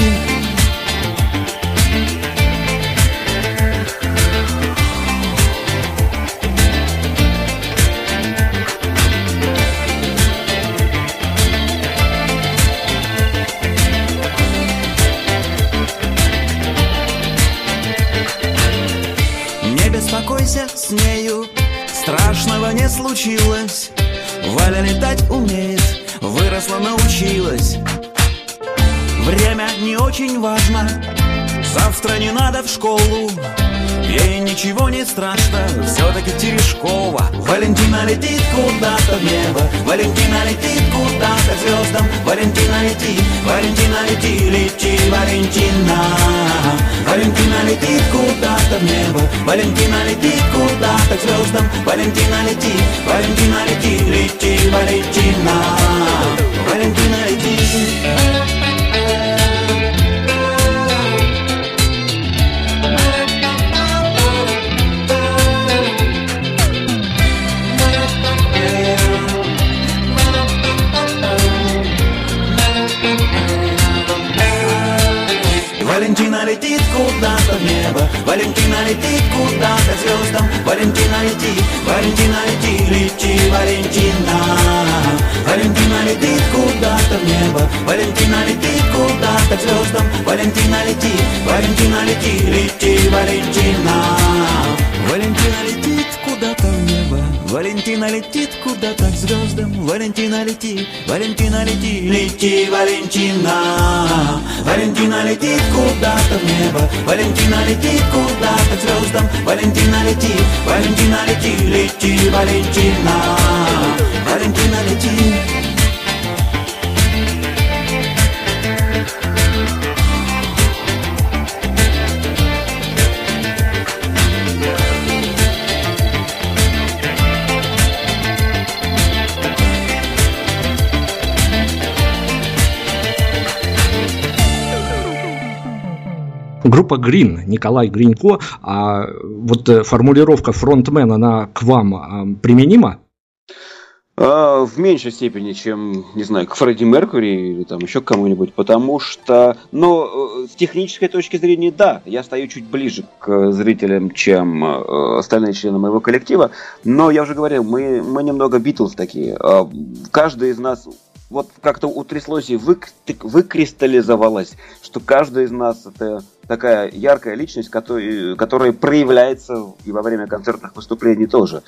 Беспокойся с нею, страшного не случилось. Валя летать умеет, выросла, научилась. Время не очень важно, завтра не надо в школу. Ей ничего не страшно, все-таки Терешкова. Валентина летит куда-то в небо, Валентина летит куда-то к звездам. Валентина лети, лети, Валентина. Валентина летит куда-то в небо, Валентина летит куда-то к звездам. Валентина лети, лети, Валентина. Валентина лети. Валентина летит куда-то в небо, Валентина летит куда-то к звездам. Валентина лети, лети, Валентина. Валентина летит куда-то в небо, Валентина летит куда-то к звездам. Валентина лети, лети, Валентина. Валентина летит куда-то в небо, Валентина летит куда-то к звездам. Валентина лети, лети, Валентина. Валентина летит куда-то в небо, Валентина летит куда-то к звездам. Валентина лети, лети, Валентина. Валентина лети. Группа Green, Николай Гринько, а вот формулировка фронтмен, она к вам применима? В меньшей степени, чем, не знаю, к Фредди Меркьюри или там еще к кому-нибудь, потому что, с технической точки зрения, да, я стою чуть ближе к зрителям, чем остальные члены моего коллектива, но я уже говорил, мы немного Битлз такие, каждый из нас вот как-то утряслось и выкристаллизовалось, что каждый из нас это такая яркая личность, которая проявляется и во время концертных выступлений тоже.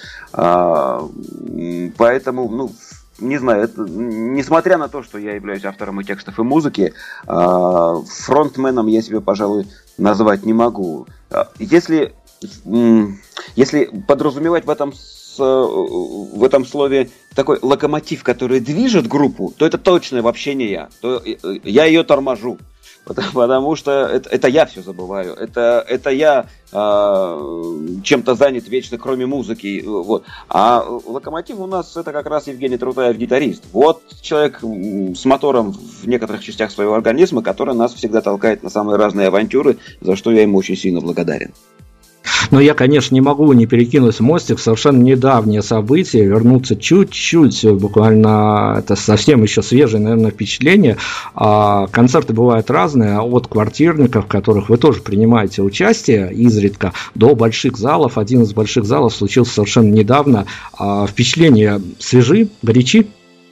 Поэтому, не знаю, несмотря на то, что я являюсь автором и текстов, и музыки, фронтменом я себя, пожалуй, назвать не могу. Если подразумевать в этом слове такой локомотив, который движет группу, то это точно вообще не я. То я ее торможу. Потому что это я все забываю. Это я чем-то занят вечно, кроме музыки. Вот. А локомотив у нас это как раз Евгений Трутаев, гитарист. Вот человек с мотором в некоторых частях своего организма, который нас всегда толкает на самые разные авантюры, за что я ему очень сильно благодарен. Но я, конечно, не могу не перекинуть мостик в совершенно недавние события, вернуться чуть-чуть, буквально это совсем еще свежее, наверное, впечатление. Концерты бывают разные, от квартирников, в которых вы тоже принимаете участие изредка, до больших залов. Один из больших залов случился совершенно недавно. Впечатления свежи, горячи?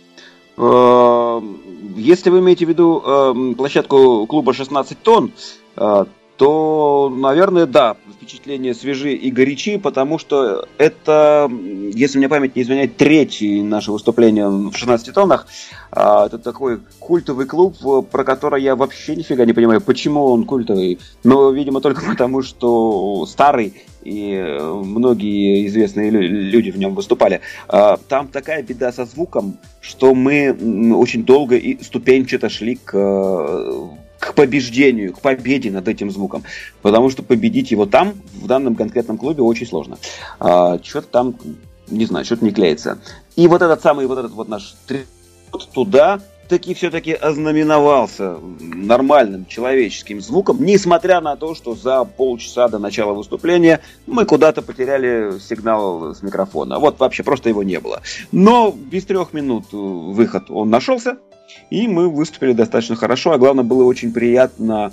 Если вы имеете в виду площадку клуба 16 тонн, то, наверное, да, впечатления свежи и горячи, потому что это, если мне память не изменяет, третье наше выступление в 16 тоннах. Это такой культовый клуб, про который я вообще нифига не понимаю, почему он культовый. Но, видимо, только потому, что старый, и многие известные люди в нем выступали. Там такая беда со звуком, что мы очень долго и ступенчато шли к побеждению, к победе над этим звуком. Потому что победить его там, в данном конкретном клубе, очень сложно. Что-то там, не знаю, что-то не клеится. И вот этот наш туда таки все-таки ознаменовался нормальным человеческим звуком, несмотря на то, что за полчаса до начала выступления мы куда-то потеряли сигнал с микрофона. Вот вообще просто его не было. Но без 3 минут выход он нашелся. И мы выступили достаточно хорошо, а главное, было очень приятно,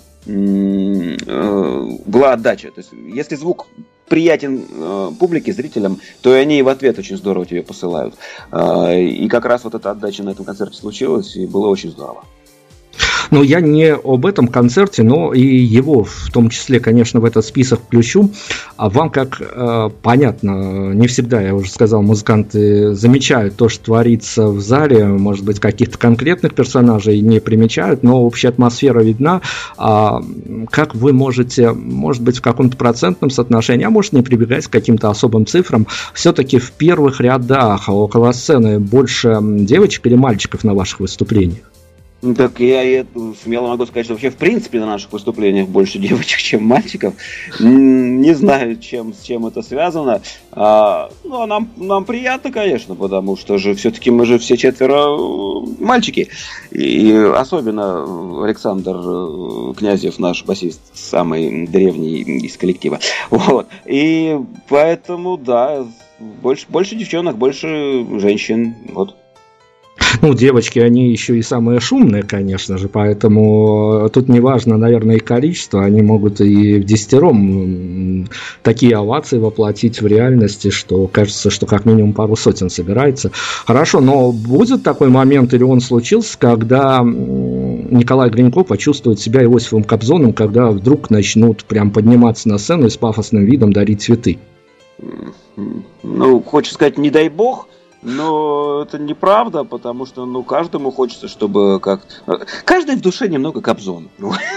была отдача. То есть, если звук приятен публике, зрителям, то и они в ответ очень здорово тебе посылают. И как раз вот эта отдача на этом концерте случилась, и было очень здорово. Но я не об этом концерте, но и его в том числе, конечно, в этот список включу. А вам, как понятно, не всегда, я уже сказал, музыканты замечают то, что творится в зале, может быть, каких-то конкретных персонажей не примечают, но общая атмосфера видна. Как вы можете, может быть, в каком-то процентном соотношении, а может не прибегать к каким-то особым цифрам, все-таки в первых рядах около сцены больше девочек или мальчиков на ваших выступлениях? Так я смело могу сказать, что вообще в принципе на наших выступлениях больше девочек, чем мальчиков. Не знаю, с чем это связано. Но нам приятно, конечно, потому что же все-таки мы же все 4 мальчики. И особенно Александр Князев, наш басист, самый древний из коллектива. Вот. И поэтому, да, больше девчонок, больше женщин. Вот. Ну, девочки, они еще и самые шумные, конечно же, поэтому тут не важно, наверное, их количество, они могут и в 10 такие овации воплотить в реальности, что кажется, что как минимум пару сотен собирается. Хорошо, но будет такой момент, или он случился, когда Николай Гринько почувствует себя Иосифом Кобзоном, когда вдруг начнут прям подниматься на сцену и с пафосным видом дарить цветы? Ну, хочется сказать, не дай бог. Но это неправда, потому что, каждому хочется, чтобы каждый в душе немного Кобзон.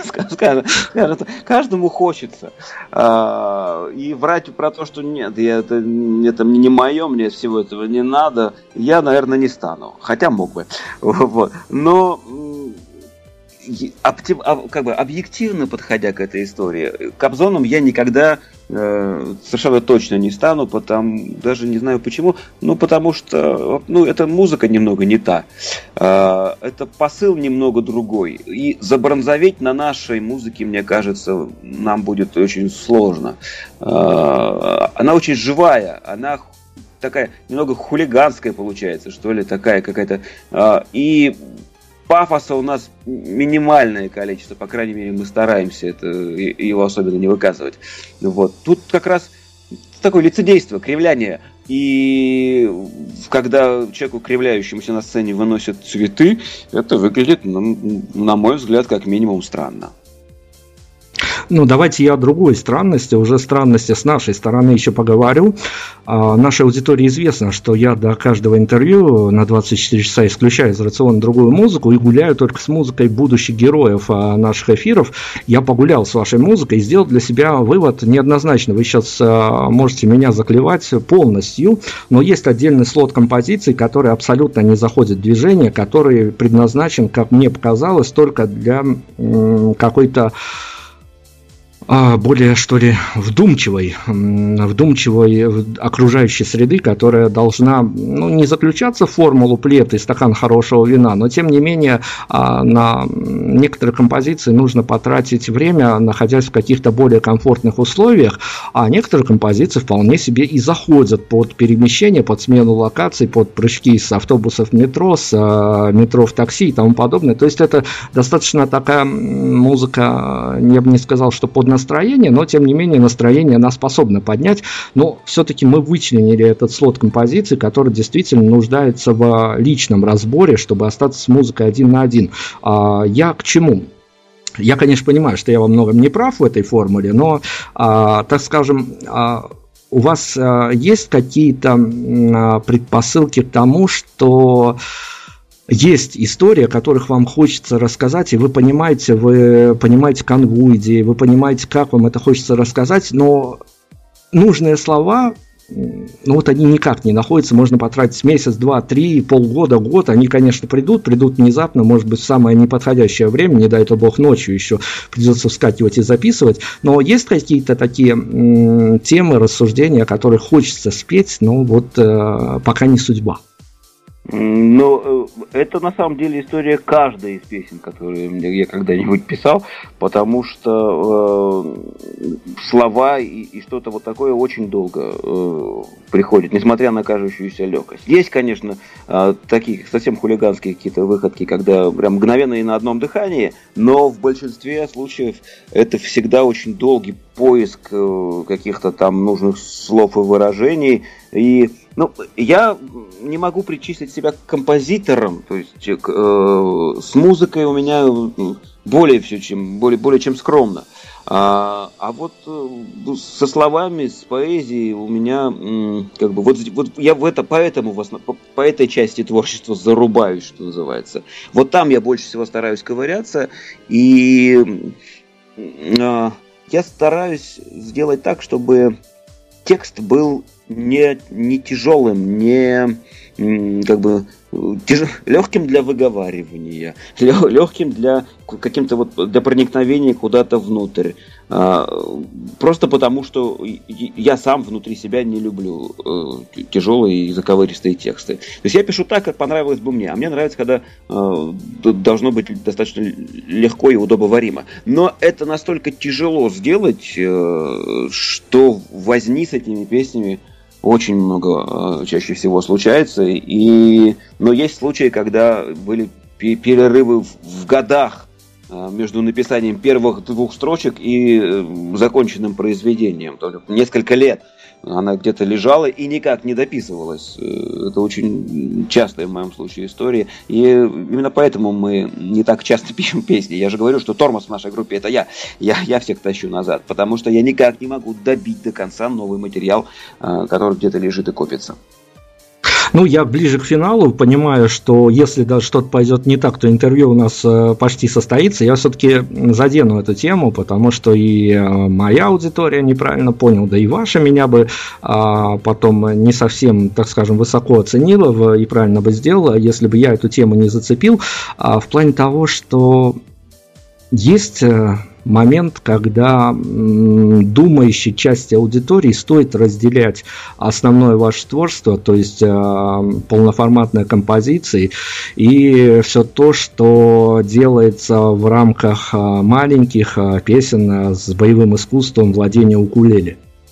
Каждому хочется. И врать про то, что нет, это не мое, мне всего этого не надо, я, наверное, не стану. Хотя мог бы. Вот. Но объективно подходя к этой истории, Кобзоном я никогда совершенно точно не стану, даже не знаю почему, потому что эта музыка немного не та, это посыл немного другой, и забронзоветь на нашей музыке, мне кажется, нам будет очень сложно. Она очень живая, она такая немного хулиганская получается, что ли, такая какая-то, и пафоса у нас минимальное количество, по крайней мере, мы стараемся его особенно не выказывать. Вот. Тут как раз такое лицедейство, кривляние. И когда человеку, кривляющемуся на сцене, выносят цветы, это выглядит, на мой взгляд, как минимум странно. Давайте я о другой странности, уже странности с нашей стороны еще поговорю. Нашей аудитории известно, что я до каждого интервью на 24 часа исключаю из рациона другую музыку и гуляю только с музыкой будущих героев наших эфиров. Я погулял с вашей музыкой и сделал для себя вывод неоднозначно. Вы сейчас можете меня заклевать полностью, но есть отдельный слот композиций, который абсолютно не заходит в движение, который предназначен, как мне показалось, только для какой-то более, что ли, вдумчивой окружающей среды, которая должна, не заключаться в формулу плед и стакан хорошего вина, но, тем не менее, на некоторые композиции нужно потратить время, находясь в каких-то более комфортных условиях, а некоторые композиции вполне себе и заходят под перемещение, под смену локаций, под прыжки с автобусов в метро, с метро в такси и тому подобное. То есть это достаточно такая музыка, я бы не сказал, что под настроение, но тем не менее настроение она способна поднять. Но все-таки мы вычленили этот слот композиций, который действительно нуждается в личном разборе, чтобы остаться с музыкой один на один. Я к чему? Я, конечно, понимаю, что я во многом не прав в этой формуле, но, так скажем, у вас есть какие-то предпосылки к тому, что есть истории, о которых вам хочется рассказать, и вы понимаете канву идеи, вы понимаете, как вам это хочется рассказать, но нужные слова, они никак не находятся, можно потратить месяц, два, три, полгода, год, они, конечно, придут внезапно, может быть, в самое неподходящее время, не дай бог ночью еще придется вскакивать и записывать, но есть какие-то такие темы, рассуждения, о которых хочется спеть, но пока не судьба. Но это на самом деле история каждой из песен, которые я когда-нибудь писал, потому что слова и что-то вот такое очень долго приходит, несмотря на кажущуюся легкость. Есть, конечно, такие совсем хулиганские какие-то выходки, когда прям мгновенно и на одном дыхании, но в большинстве случаев это всегда очень долгий поиск каких-то там нужных слов и выражений. И я не могу причислить себя к композиторам, то есть с музыкой у меня более чем скромно. А вот со словами, с поэзией у меня я поэтому по этой части творчества зарубаюсь, что называется. Вот там я больше всего стараюсь ковыряться, и я стараюсь сделать так, чтобы текст был не тяжелым, легким для выговаривания, легким для для проникновения куда-то внутрь. Просто потому, что я сам внутри себя не люблю тяжелые и заковыристые тексты. То есть я пишу так, как понравилось бы мне. А мне нравится, когда должно быть достаточно легко и удобоваримо. Но это настолько тяжело сделать, что возни с этими песнями очень много чаще всего случается. Но есть случаи, когда были перерывы в годах между написанием первых двух строчек и законченным произведением. Несколько лет она где-то лежала и никак не дописывалась. Это очень частая в моем случае история. И именно поэтому мы не так часто пишем песни. Я же говорю, что тормоз в нашей группе — это я. Я всех тащу назад, потому что я никак не могу добить до конца новый материал, который где-то лежит и копится. Я ближе к финалу понимаю, что если даже что-то пойдет не так, то интервью у нас почти состоится. Я все-таки задену эту тему, потому что и моя аудитория неправильно поняла, да и ваша меня бы потом не совсем, так скажем, высоко оценила и правильно бы сделала, если бы я эту тему не зацепил. В плане того, что есть момент, когда думающей части аудитории стоит разделять основное ваше творчество, то есть полноформатные композиции, и все то, что делается в рамках маленьких песен с боевым искусством владения укулеле.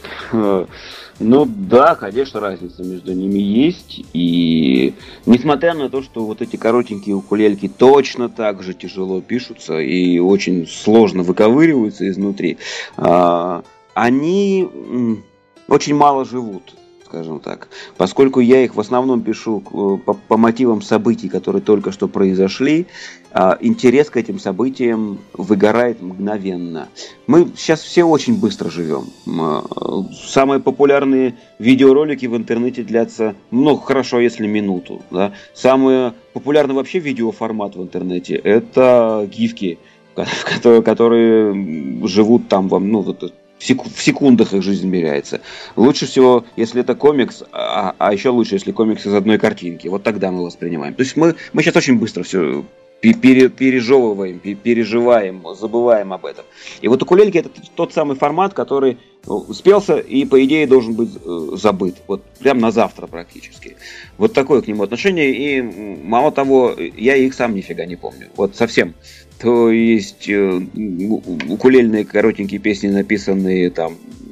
Да, конечно, разница между ними есть. И несмотря на то, что вот эти коротенькие укулельки точно так же тяжело пишутся и очень сложно выковыриваются изнутри, они очень мало живут, скажем так. Поскольку я их в основном пишу по мотивам событий, которые только что произошли, интерес к этим событиям выгорает мгновенно. Мы сейчас все очень быстро живем. Самые популярные видеоролики в интернете длятся, хорошо, если минуту. Да? Самый популярный вообще видеоформат в интернете — это гифки, которые живут там в секундах их жизнь меряется. Лучше всего, если это комикс, а еще лучше, если комикс из одной картинки. Вот тогда мы воспринимаем. То есть мы сейчас очень быстро все пережевываем, переживаем, забываем об этом. И вот укулелки — это тот самый формат, который спелся и, по идее, должен быть забыт. Вот прям на завтра практически. Вот такое к нему отношение. И мало того, я их сам нифига не помню. Вот совсем. То есть укулельные коротенькие песни, написанные там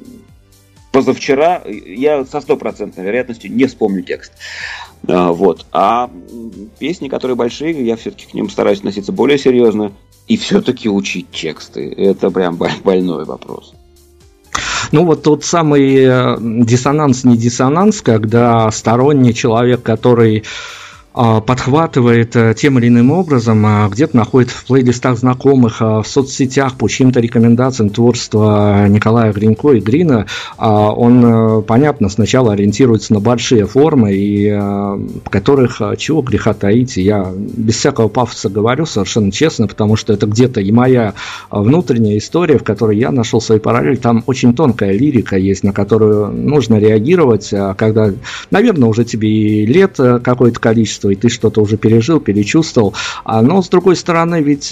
позавчера, я со 100% вероятностью не вспомню текст. Вот. А песни, которые большие, я все-таки к ним стараюсь относиться более серьезно и все-таки учить тексты. Это прям больной вопрос. Ну вот тот самый диссонанс, не диссонанс, когда сторонний человек, который подхватывает тем или иным образом, где-то находит в плейлистах знакомых, в соцсетях по чьим-то рекомендациям творчества Николая Гринько и Грина, он, понятно, сначала ориентируется на большие формы, и в которых, чего греха таить, я без всякого пафоса говорю совершенно честно, потому что это где-то и моя внутренняя история, в которой я нашел свои параллели. Там очень тонкая лирика есть, на которую нужно реагировать, когда, наверное, уже тебе и лет какое-то количество, и ты что-то уже пережил, перечувствовал. Но, с другой стороны, ведь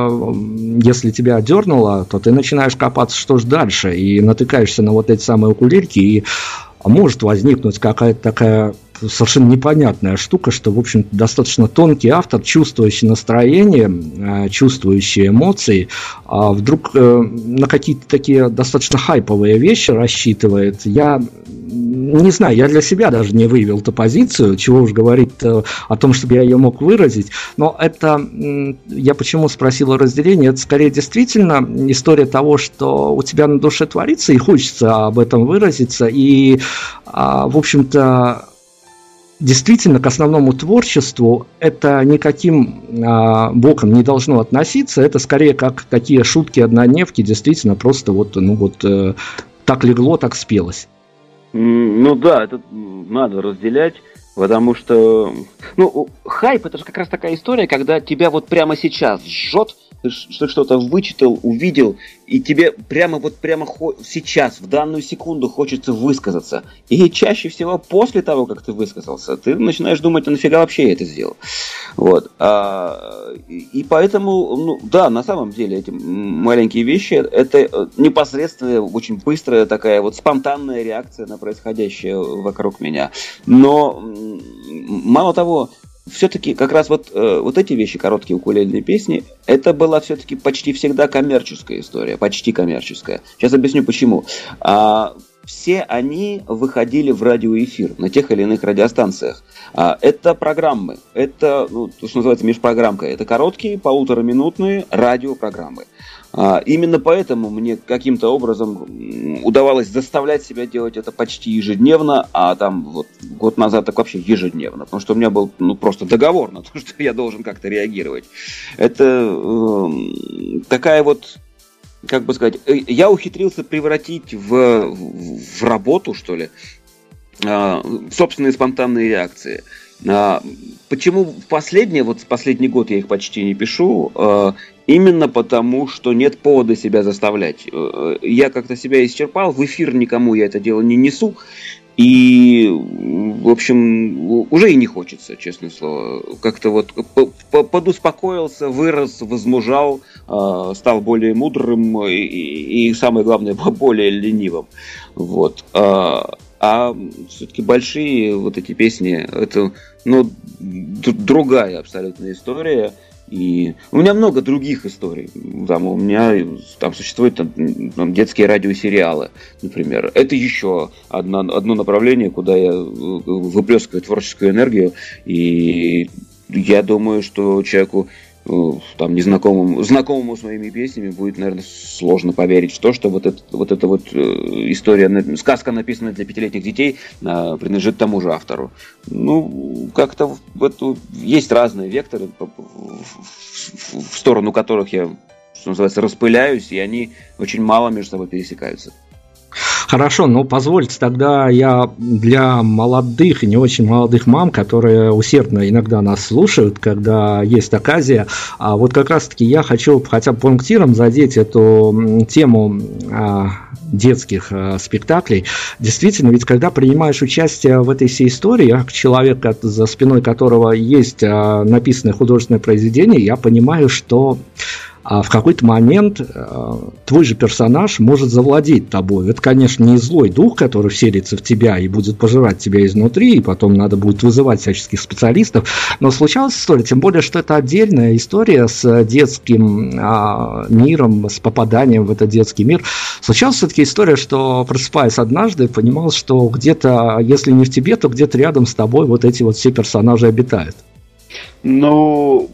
если тебя дернуло, то ты начинаешь копаться, что ж дальше, и натыкаешься на вот эти самые укулельки, и может возникнуть какая-то такая совершенно непонятная штука, что, в общем, достаточно тонкий автор, чувствующий настроение, чувствующий эмоции, вдруг на какие-то такие достаточно хайповые вещи рассчитывает. Я не знаю, я для себя даже не выявил эту позицию, чего уж говорить о том, чтобы я ее мог выразить, но это, я почему спросил о разделении, это скорее действительно история того, что у тебя на душе творится, и хочется об этом выразиться, и, в общем-то, действительно, к основному творчеству это никаким боком не должно относиться, это скорее как такие шутки-однодневки, действительно, просто так легло, так спелось. Ну да, это надо разделять, потому что, хайп — это же как раз такая история, когда тебя вот прямо сейчас жжет, ты что-то вычитал, увидел, и тебе прямо сейчас, в данную секунду хочется высказаться. И чаще всего после того, как ты высказался, ты начинаешь думать, а нафига вообще я это сделал. Вот. И поэтому, на самом деле, эти маленькие вещи, это непосредственно очень быстрая такая вот спонтанная реакция на происходящее вокруг меня. Но мало того, все-таки как раз вот эти вещи, короткие укулельные песни, это была все-таки почти всегда коммерческая история, почти коммерческая. Сейчас объясню почему. Все они выходили в радиоэфир на тех или иных радиостанциях. Это программы, это, то, что называется межпрограммка, это короткие, 1,5-минутные радиопрограммы. Именно поэтому мне каким-то образом удавалось заставлять себя делать это почти ежедневно, а там вот год назад так вообще ежедневно, потому что у меня был просто договор на то, что я должен как-то реагировать. Это такая вот, как бы сказать, я ухитрился превратить в работу, что ли, собственные спонтанные реакции. Почему последний год я их почти не пишу? Именно потому, что нет повода себя заставлять. Я как-то себя исчерпал, в эфир никому я это дело не несу. И, в общем, уже и не хочется, честное слово. Как-то вот подуспокоился, вырос, возмужал, стал более мудрым и самое главное, более ленивым. Вот. А все-таки большие вот эти песни, это другая абсолютно история. И у меня много других историй. У меня там существуют детские радиосериалы, например. Это еще одно направление, куда я выплескиваю творческую энергию. И я думаю, что человеку, знакомому с моими песнями, будет, наверное, сложно поверить в то, что вот эта история, сказка, написанная для 5-летних детей, принадлежит тому же автору. Как-то есть разные векторы, в сторону которых я, что называется, распыляюсь, и они очень мало между собой пересекаются. Хорошо, ну позвольте тогда я для молодых и не очень молодых мам, которые усердно иногда нас слушают, когда есть оказия, а вот как раз-таки я хочу хотя бы пунктиром задеть эту тему детских спектаклей. Действительно, ведь когда принимаешь участие в этой всей истории, я как человек, за спиной которого есть написанное художественное произведение, я понимаю, что в какой-то момент твой же персонаж может завладеть тобой. Это, конечно, не злой дух, который вселится в тебя и будет пожирать тебя изнутри, и потом надо будет вызывать всяческих специалистов. Но случалась история, тем более, что это отдельная история с детским миром, с попаданием в этот детский мир. Случалась все-таки история, что, просыпаясь однажды, понимал, что где-то, если не в тебе, то где-то рядом с тобой вот эти вот все персонажи обитают. Ну...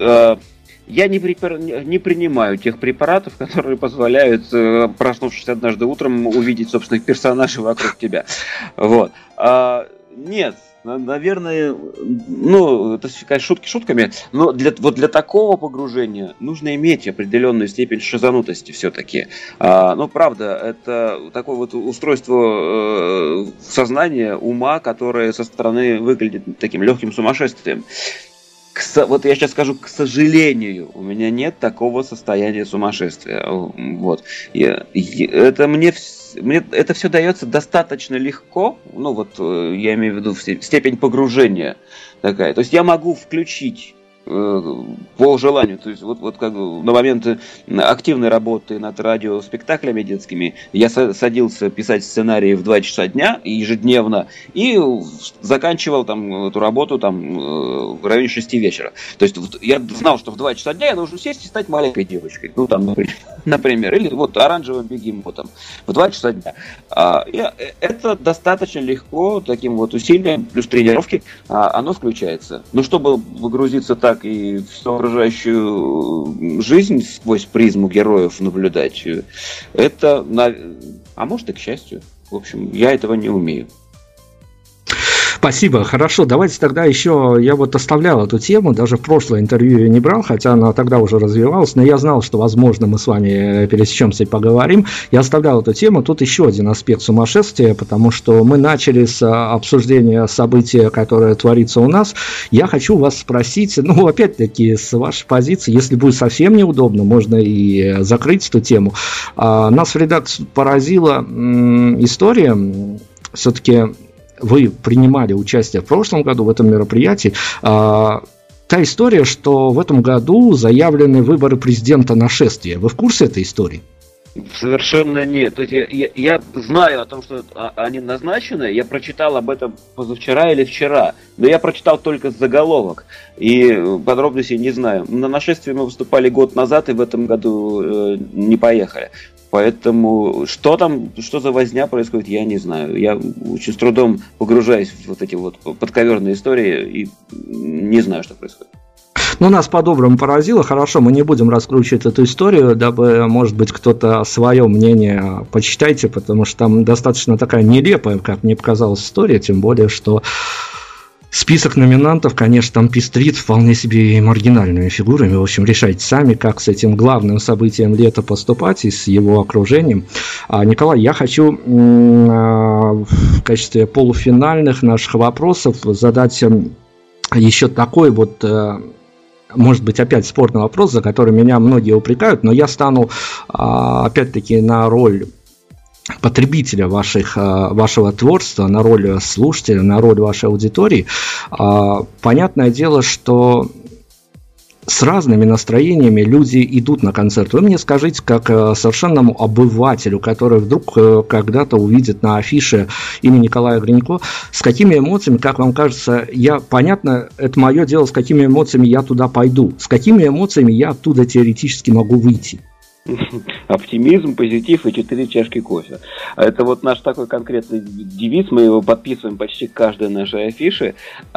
Я не принимаю тех препаратов, которые позволяют, проснувшись однажды утром, увидеть собственных персонажей вокруг тебя. Вот. Нет, наверное, ну, это, конечно, шутки шутками, но для такого погружения нужно иметь определенную степень шизанутости все-таки. Ну, правда, это такое вот устройство сознания, ума, которое со стороны выглядит таким легким сумасшествием. Вот я сейчас скажу, к сожалению, у меня нет такого состояния сумасшествия. Вот. Мне это все дается достаточно легко. Ну вот я имею в виду степень погружения такая. То есть я могу включить по желанию, то есть вот как на момент активной работы над радиоспектаклями детскими я садился писать сценарии в 2 часа дня ежедневно и заканчивал там эту работу там в районе 6 вечера. То есть я знал, что в 2 часа дня я должен сесть и стать маленькой девочкой, ну там, например, или вот оранжевым бегемотом в 2 часа дня. Это достаточно легко, таким вот усилием плюс тренировки, оно включается. Но чтобы погрузиться так и всю окружающую жизнь сквозь призму героев наблюдать, это, а может и к счастью. В общем, я этого не умею. Спасибо, хорошо, давайте тогда еще, я вот оставлял эту тему, даже в прошлое интервью я не брал, хотя она тогда уже развивалась, но я знал, что, возможно, мы с вами пересечемся и поговорим, я оставлял эту тему, тут еще один аспект сумасшествия, потому что мы начали с обсуждения события, которое творится у нас, я хочу вас спросить, ну, опять-таки, с вашей позиции, если будет совсем неудобно, можно и закрыть эту тему, нас в редакции поразила история, все-таки вы принимали участие в прошлом году в этом мероприятии. Та история, что в этом году заявлены выборы президента нашествия. Вы в курсе этой истории? Совершенно нет. То есть я знаю о том, что они назначены, я прочитал об этом позавчера или вчера, но я прочитал только заголовок и подробностей не знаю. На нашествие мы выступали год назад и в этом году не поехали. Поэтому что за возня происходит, я не знаю. Я очень с трудом погружаюсь в вот эти вот подковерные истории и не знаю, что происходит. Ну, нас по-доброму поразило. Хорошо, мы не будем раскручивать эту историю, дабы, может быть, кто-то свое мнение почитайте, потому что там достаточно такая нелепая, как мне показалась, история, тем более, что список номинантов, конечно, там пестрит вполне себе и маргинальными фигурами. В общем, решайте сами, как с этим главным событием лета поступать и с его окружением. Николай, я хочу в качестве полуфинальных наших вопросов задать еще такой вот, может быть, опять спорный вопрос, за который меня многие упрекают, но я стану опять-таки на роль потребителя вашего творчества, на роль слушателя, на роль вашей аудитории. Понятное дело, что с разными настроениями люди идут на концерт. Вы мне скажите, как совершенному обывателю, который вдруг когда-то увидит на афише имя Николая Гринько, с какими эмоциями, как вам кажется, понятно, это мое дело, с какими эмоциями я туда пойду, с какими эмоциями я оттуда теоретически могу выйти? Оптимизм, позитив и 4 чашки кофе. Это вот наш такой конкретный девиз, мы его подписываем почти к каждой нашей афише.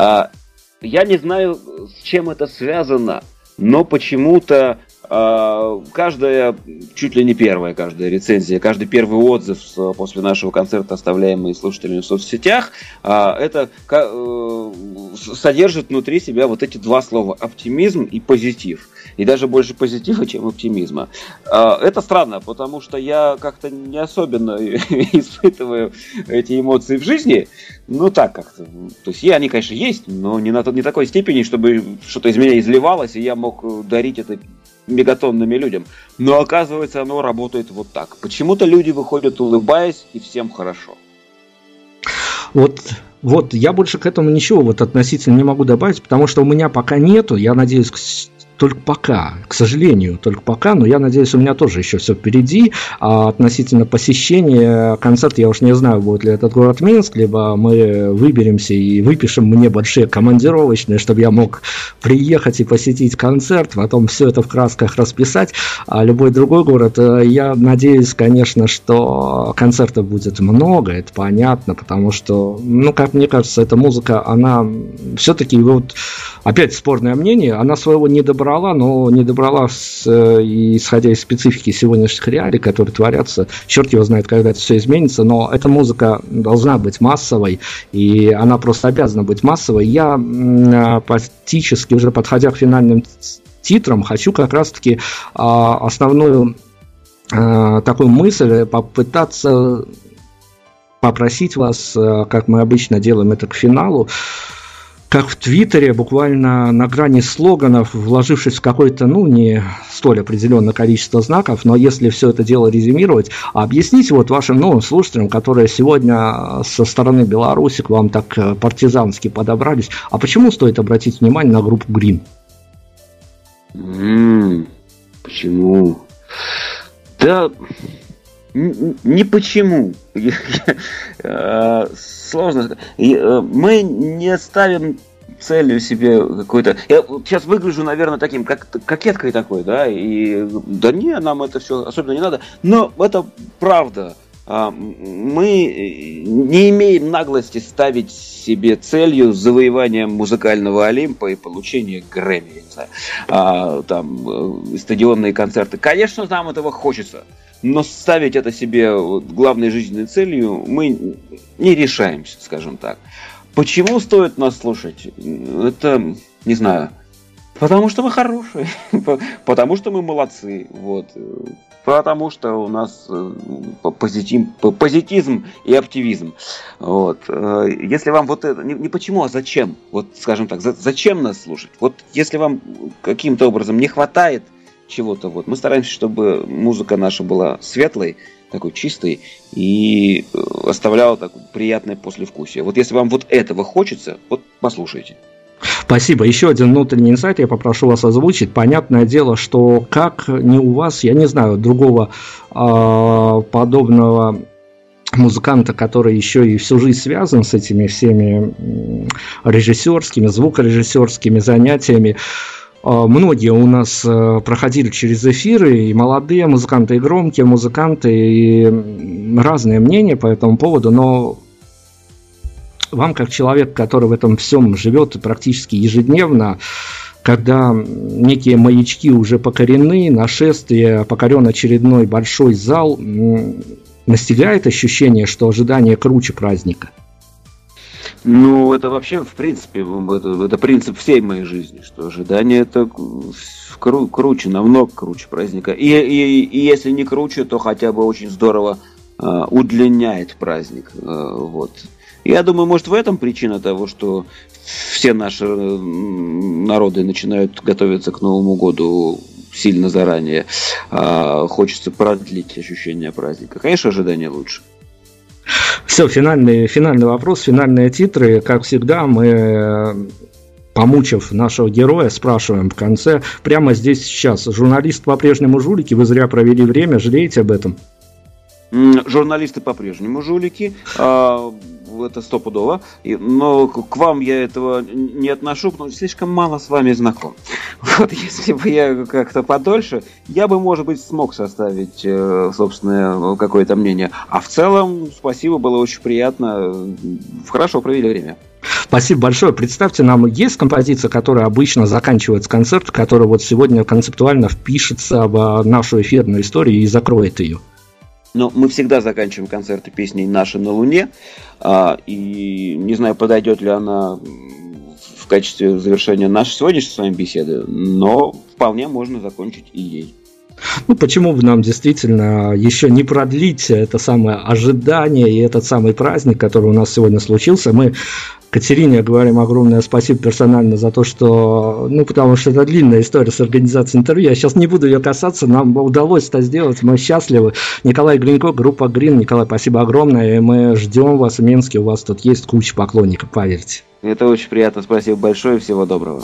Я не знаю, с чем это связано, но почему-то каждая, чуть ли не первая каждая рецензия, каждый первый отзыв после нашего концерта, оставляемый слушателями в соцсетях, это содержит внутри себя вот эти два слова: оптимизм и позитив. и даже больше позитива, чем оптимизма. Это странно, потому что я как-то не особенно испытываю эти эмоции в жизни. Ну так как-то. То есть они, конечно, есть, но не такой степени, чтобы что-то из меня изливалось, и я мог дарить это мегатонными людям. Но оказывается, оно работает вот так. Почему-то люди выходят, улыбаясь, и всем хорошо. Вот я больше к этому ничего относительно не могу добавить, потому что у меня пока нету, я надеюсь, только пока, к сожалению, только пока, но я надеюсь, у меня тоже еще все впереди. А относительно посещения концерта, я уж не знаю, будет ли этот город Минск, либо мы выберемся и выпишем мне большие командировочные, чтобы я мог приехать и посетить концерт, потом все это в красках расписать. А любой другой город, я надеюсь, конечно, что концертов будет много, это понятно, потому что, как мне кажется, эта музыка, она все-таки, опять спорное мнение, она своего не добрала, но не добрала, исходя из специфики сегодняшних реалий, которые творятся. Черт его знает, когда это все изменится, но эта музыка должна быть массовой, и она просто обязана быть массовой. Я практически уже подходя к финальным титрам, хочу как раз-таки основную такую мысль попытаться попросить вас, как мы обычно делаем это к финалу, как в Твиттере, буквально на грани слоганов, вложившись в какое-то, не столь определенное количество знаков, но если все это дело резюмировать, объясните вашим новым слушателям, которые сегодня со стороны Беларуси к вам так партизански подобрались, а почему стоит обратить внимание на группу Green? Почему? Да... Не почему. Сложно. Мы не ставим целью себе какой-то... Я сейчас выгляжу, наверное, таким, как кокеткой такой, да, и да не, нам это все особенно не надо, но это правда. Мы не имеем наглости ставить себе целью завоевание музыкального Олимпа и получение Грэмми, стадионные концерты. Конечно, нам этого хочется, но ставить это себе главной жизненной целью мы не решаемся, скажем так. Почему стоит нас слушать? Это, не знаю, потому что мы хорошие, потому что мы молодцы, потому что у нас позитизм и оптимизм. Если вам это не почему, а зачем, скажем так, зачем нас слушать? Если вам каким-то образом не хватает чего-то, мы стараемся, чтобы музыка наша была светлой, такой чистой и оставляла такое приятное послевкусие. Если вам этого хочется, послушайте. Спасибо. Еще один внутренний инсайт я попрошу вас озвучить. Понятное дело, что как не у вас, я не знаю, другого подобного музыканта, который еще и всю жизнь связан с этими всеми режиссерскими, звукорежиссерскими занятиями. Многие у нас проходили через эфиры, и молодые музыканты, и громкие музыканты, и разные мнения по этому поводу, но вам, как человек, который в этом всем живет практически ежедневно, когда некие маячки уже покорены, нашествие, покорен очередной большой зал, настигает ощущение, что ожидание круче праздника? Это вообще, в принципе, это принцип всей моей жизни, что ожидание это круче, намного круче праздника. И если не круче, то хотя бы очень здорово удлиняет праздник. Я думаю, может, в этом причина того, что все наши народы начинают готовиться к Новому году сильно заранее. Хочется продлить ощущение праздника. Конечно, ожидание лучше. Все, финальный вопрос, финальные титры. Как всегда, мы, помучив нашего героя, спрашиваем в конце, прямо здесь сейчас. Журналист по-прежнему жулики, вы зря провели время, жалеете об этом? Журналисты по-прежнему жулики, это стопудово, но к вам я этого не отношу, потому что слишком мало с вами знаком. Если бы я как-то подольше, я бы, может быть, смог составить собственное какое-то мнение. А в целом, спасибо, было очень приятно, хорошо провели время. Спасибо большое. Представьте, нам есть композиция, которая обычно заканчивается концерт, которая сегодня концептуально впишется в нашу эфирную историю и закроет ее. Но мы всегда заканчиваем концерты песней «Наши на Луне», и не знаю, подойдет ли она качестве завершения нашей сегодняшней с вами беседы, но вполне можно закончить и ей. Ну, почему бы нам действительно еще не продлить это самое ожидание и этот самый праздник, который у нас сегодня случился. Мы Катерине говорим огромное спасибо персонально за то, что, ну, потому что это длинная история с организацией интервью, я сейчас не буду ее касаться, нам удалось это сделать, мы счастливы. Николай Гринько, группа Грин. Николай, спасибо огромное, и мы ждем вас в Минске, у вас тут есть куча поклонников, поверьте. Это очень приятно, спасибо большое, всего доброго.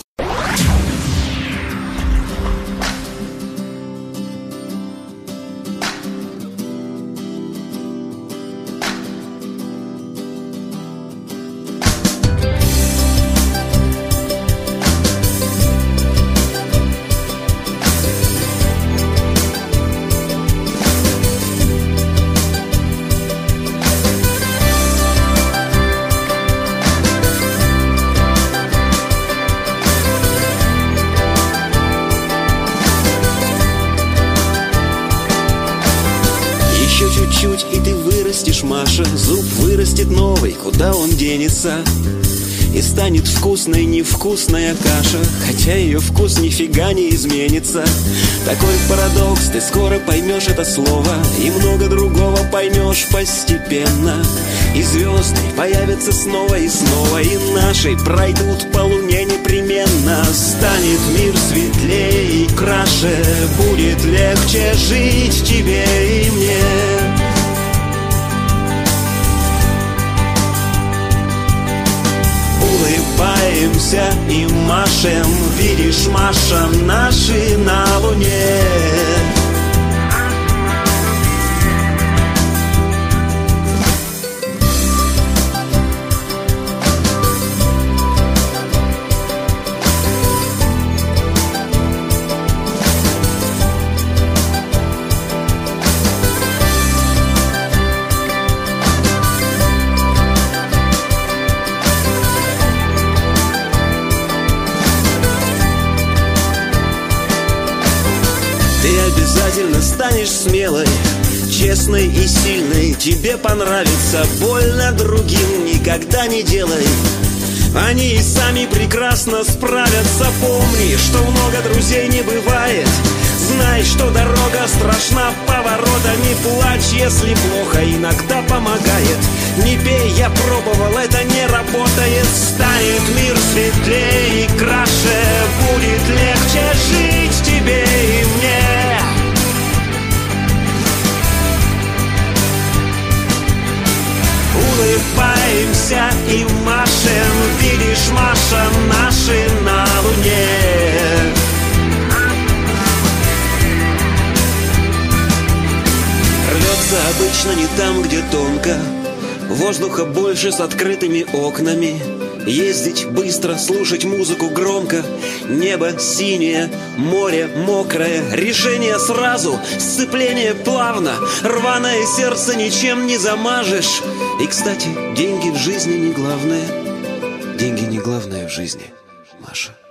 Маша, зуб вырастет новый, куда он денется? И станет вкусной невкусная каша, хотя ее вкус нифига не изменится. Такой парадокс, ты скоро поймешь это слово, и много другого поймешь постепенно. И звезды появятся снова и снова, и наши пройдут по луне непременно. Станет мир светлее и краше, будет легче жить тебе и мне. Улыбаемся и машем, видишь, Маша, наши на луне. Обязательно станешь смелой, честной и сильной. Тебе понравится, больно другим никогда не делай. Они и сами прекрасно справятся. Помни, что много друзей не бывает. Знай, что дорога страшна поворотами. Плачь, если плохо, иногда помогает. Не пей, я пробовал, это не работает. Станет мир светлее и краше, будет легче жить тебе и мне. Улыбаемся и машем, видишь, Маша, наши на луне. Рвется обычно не там, где тонко, воздуха больше с открытыми окнами. Ездить быстро, слушать музыку громко. Небо синее, море мокрое. Решение сразу, сцепление плавно. Рваное сердце ничем не замажешь. И, кстати, деньги в жизни не главное. Деньги не главное в жизни, Маша.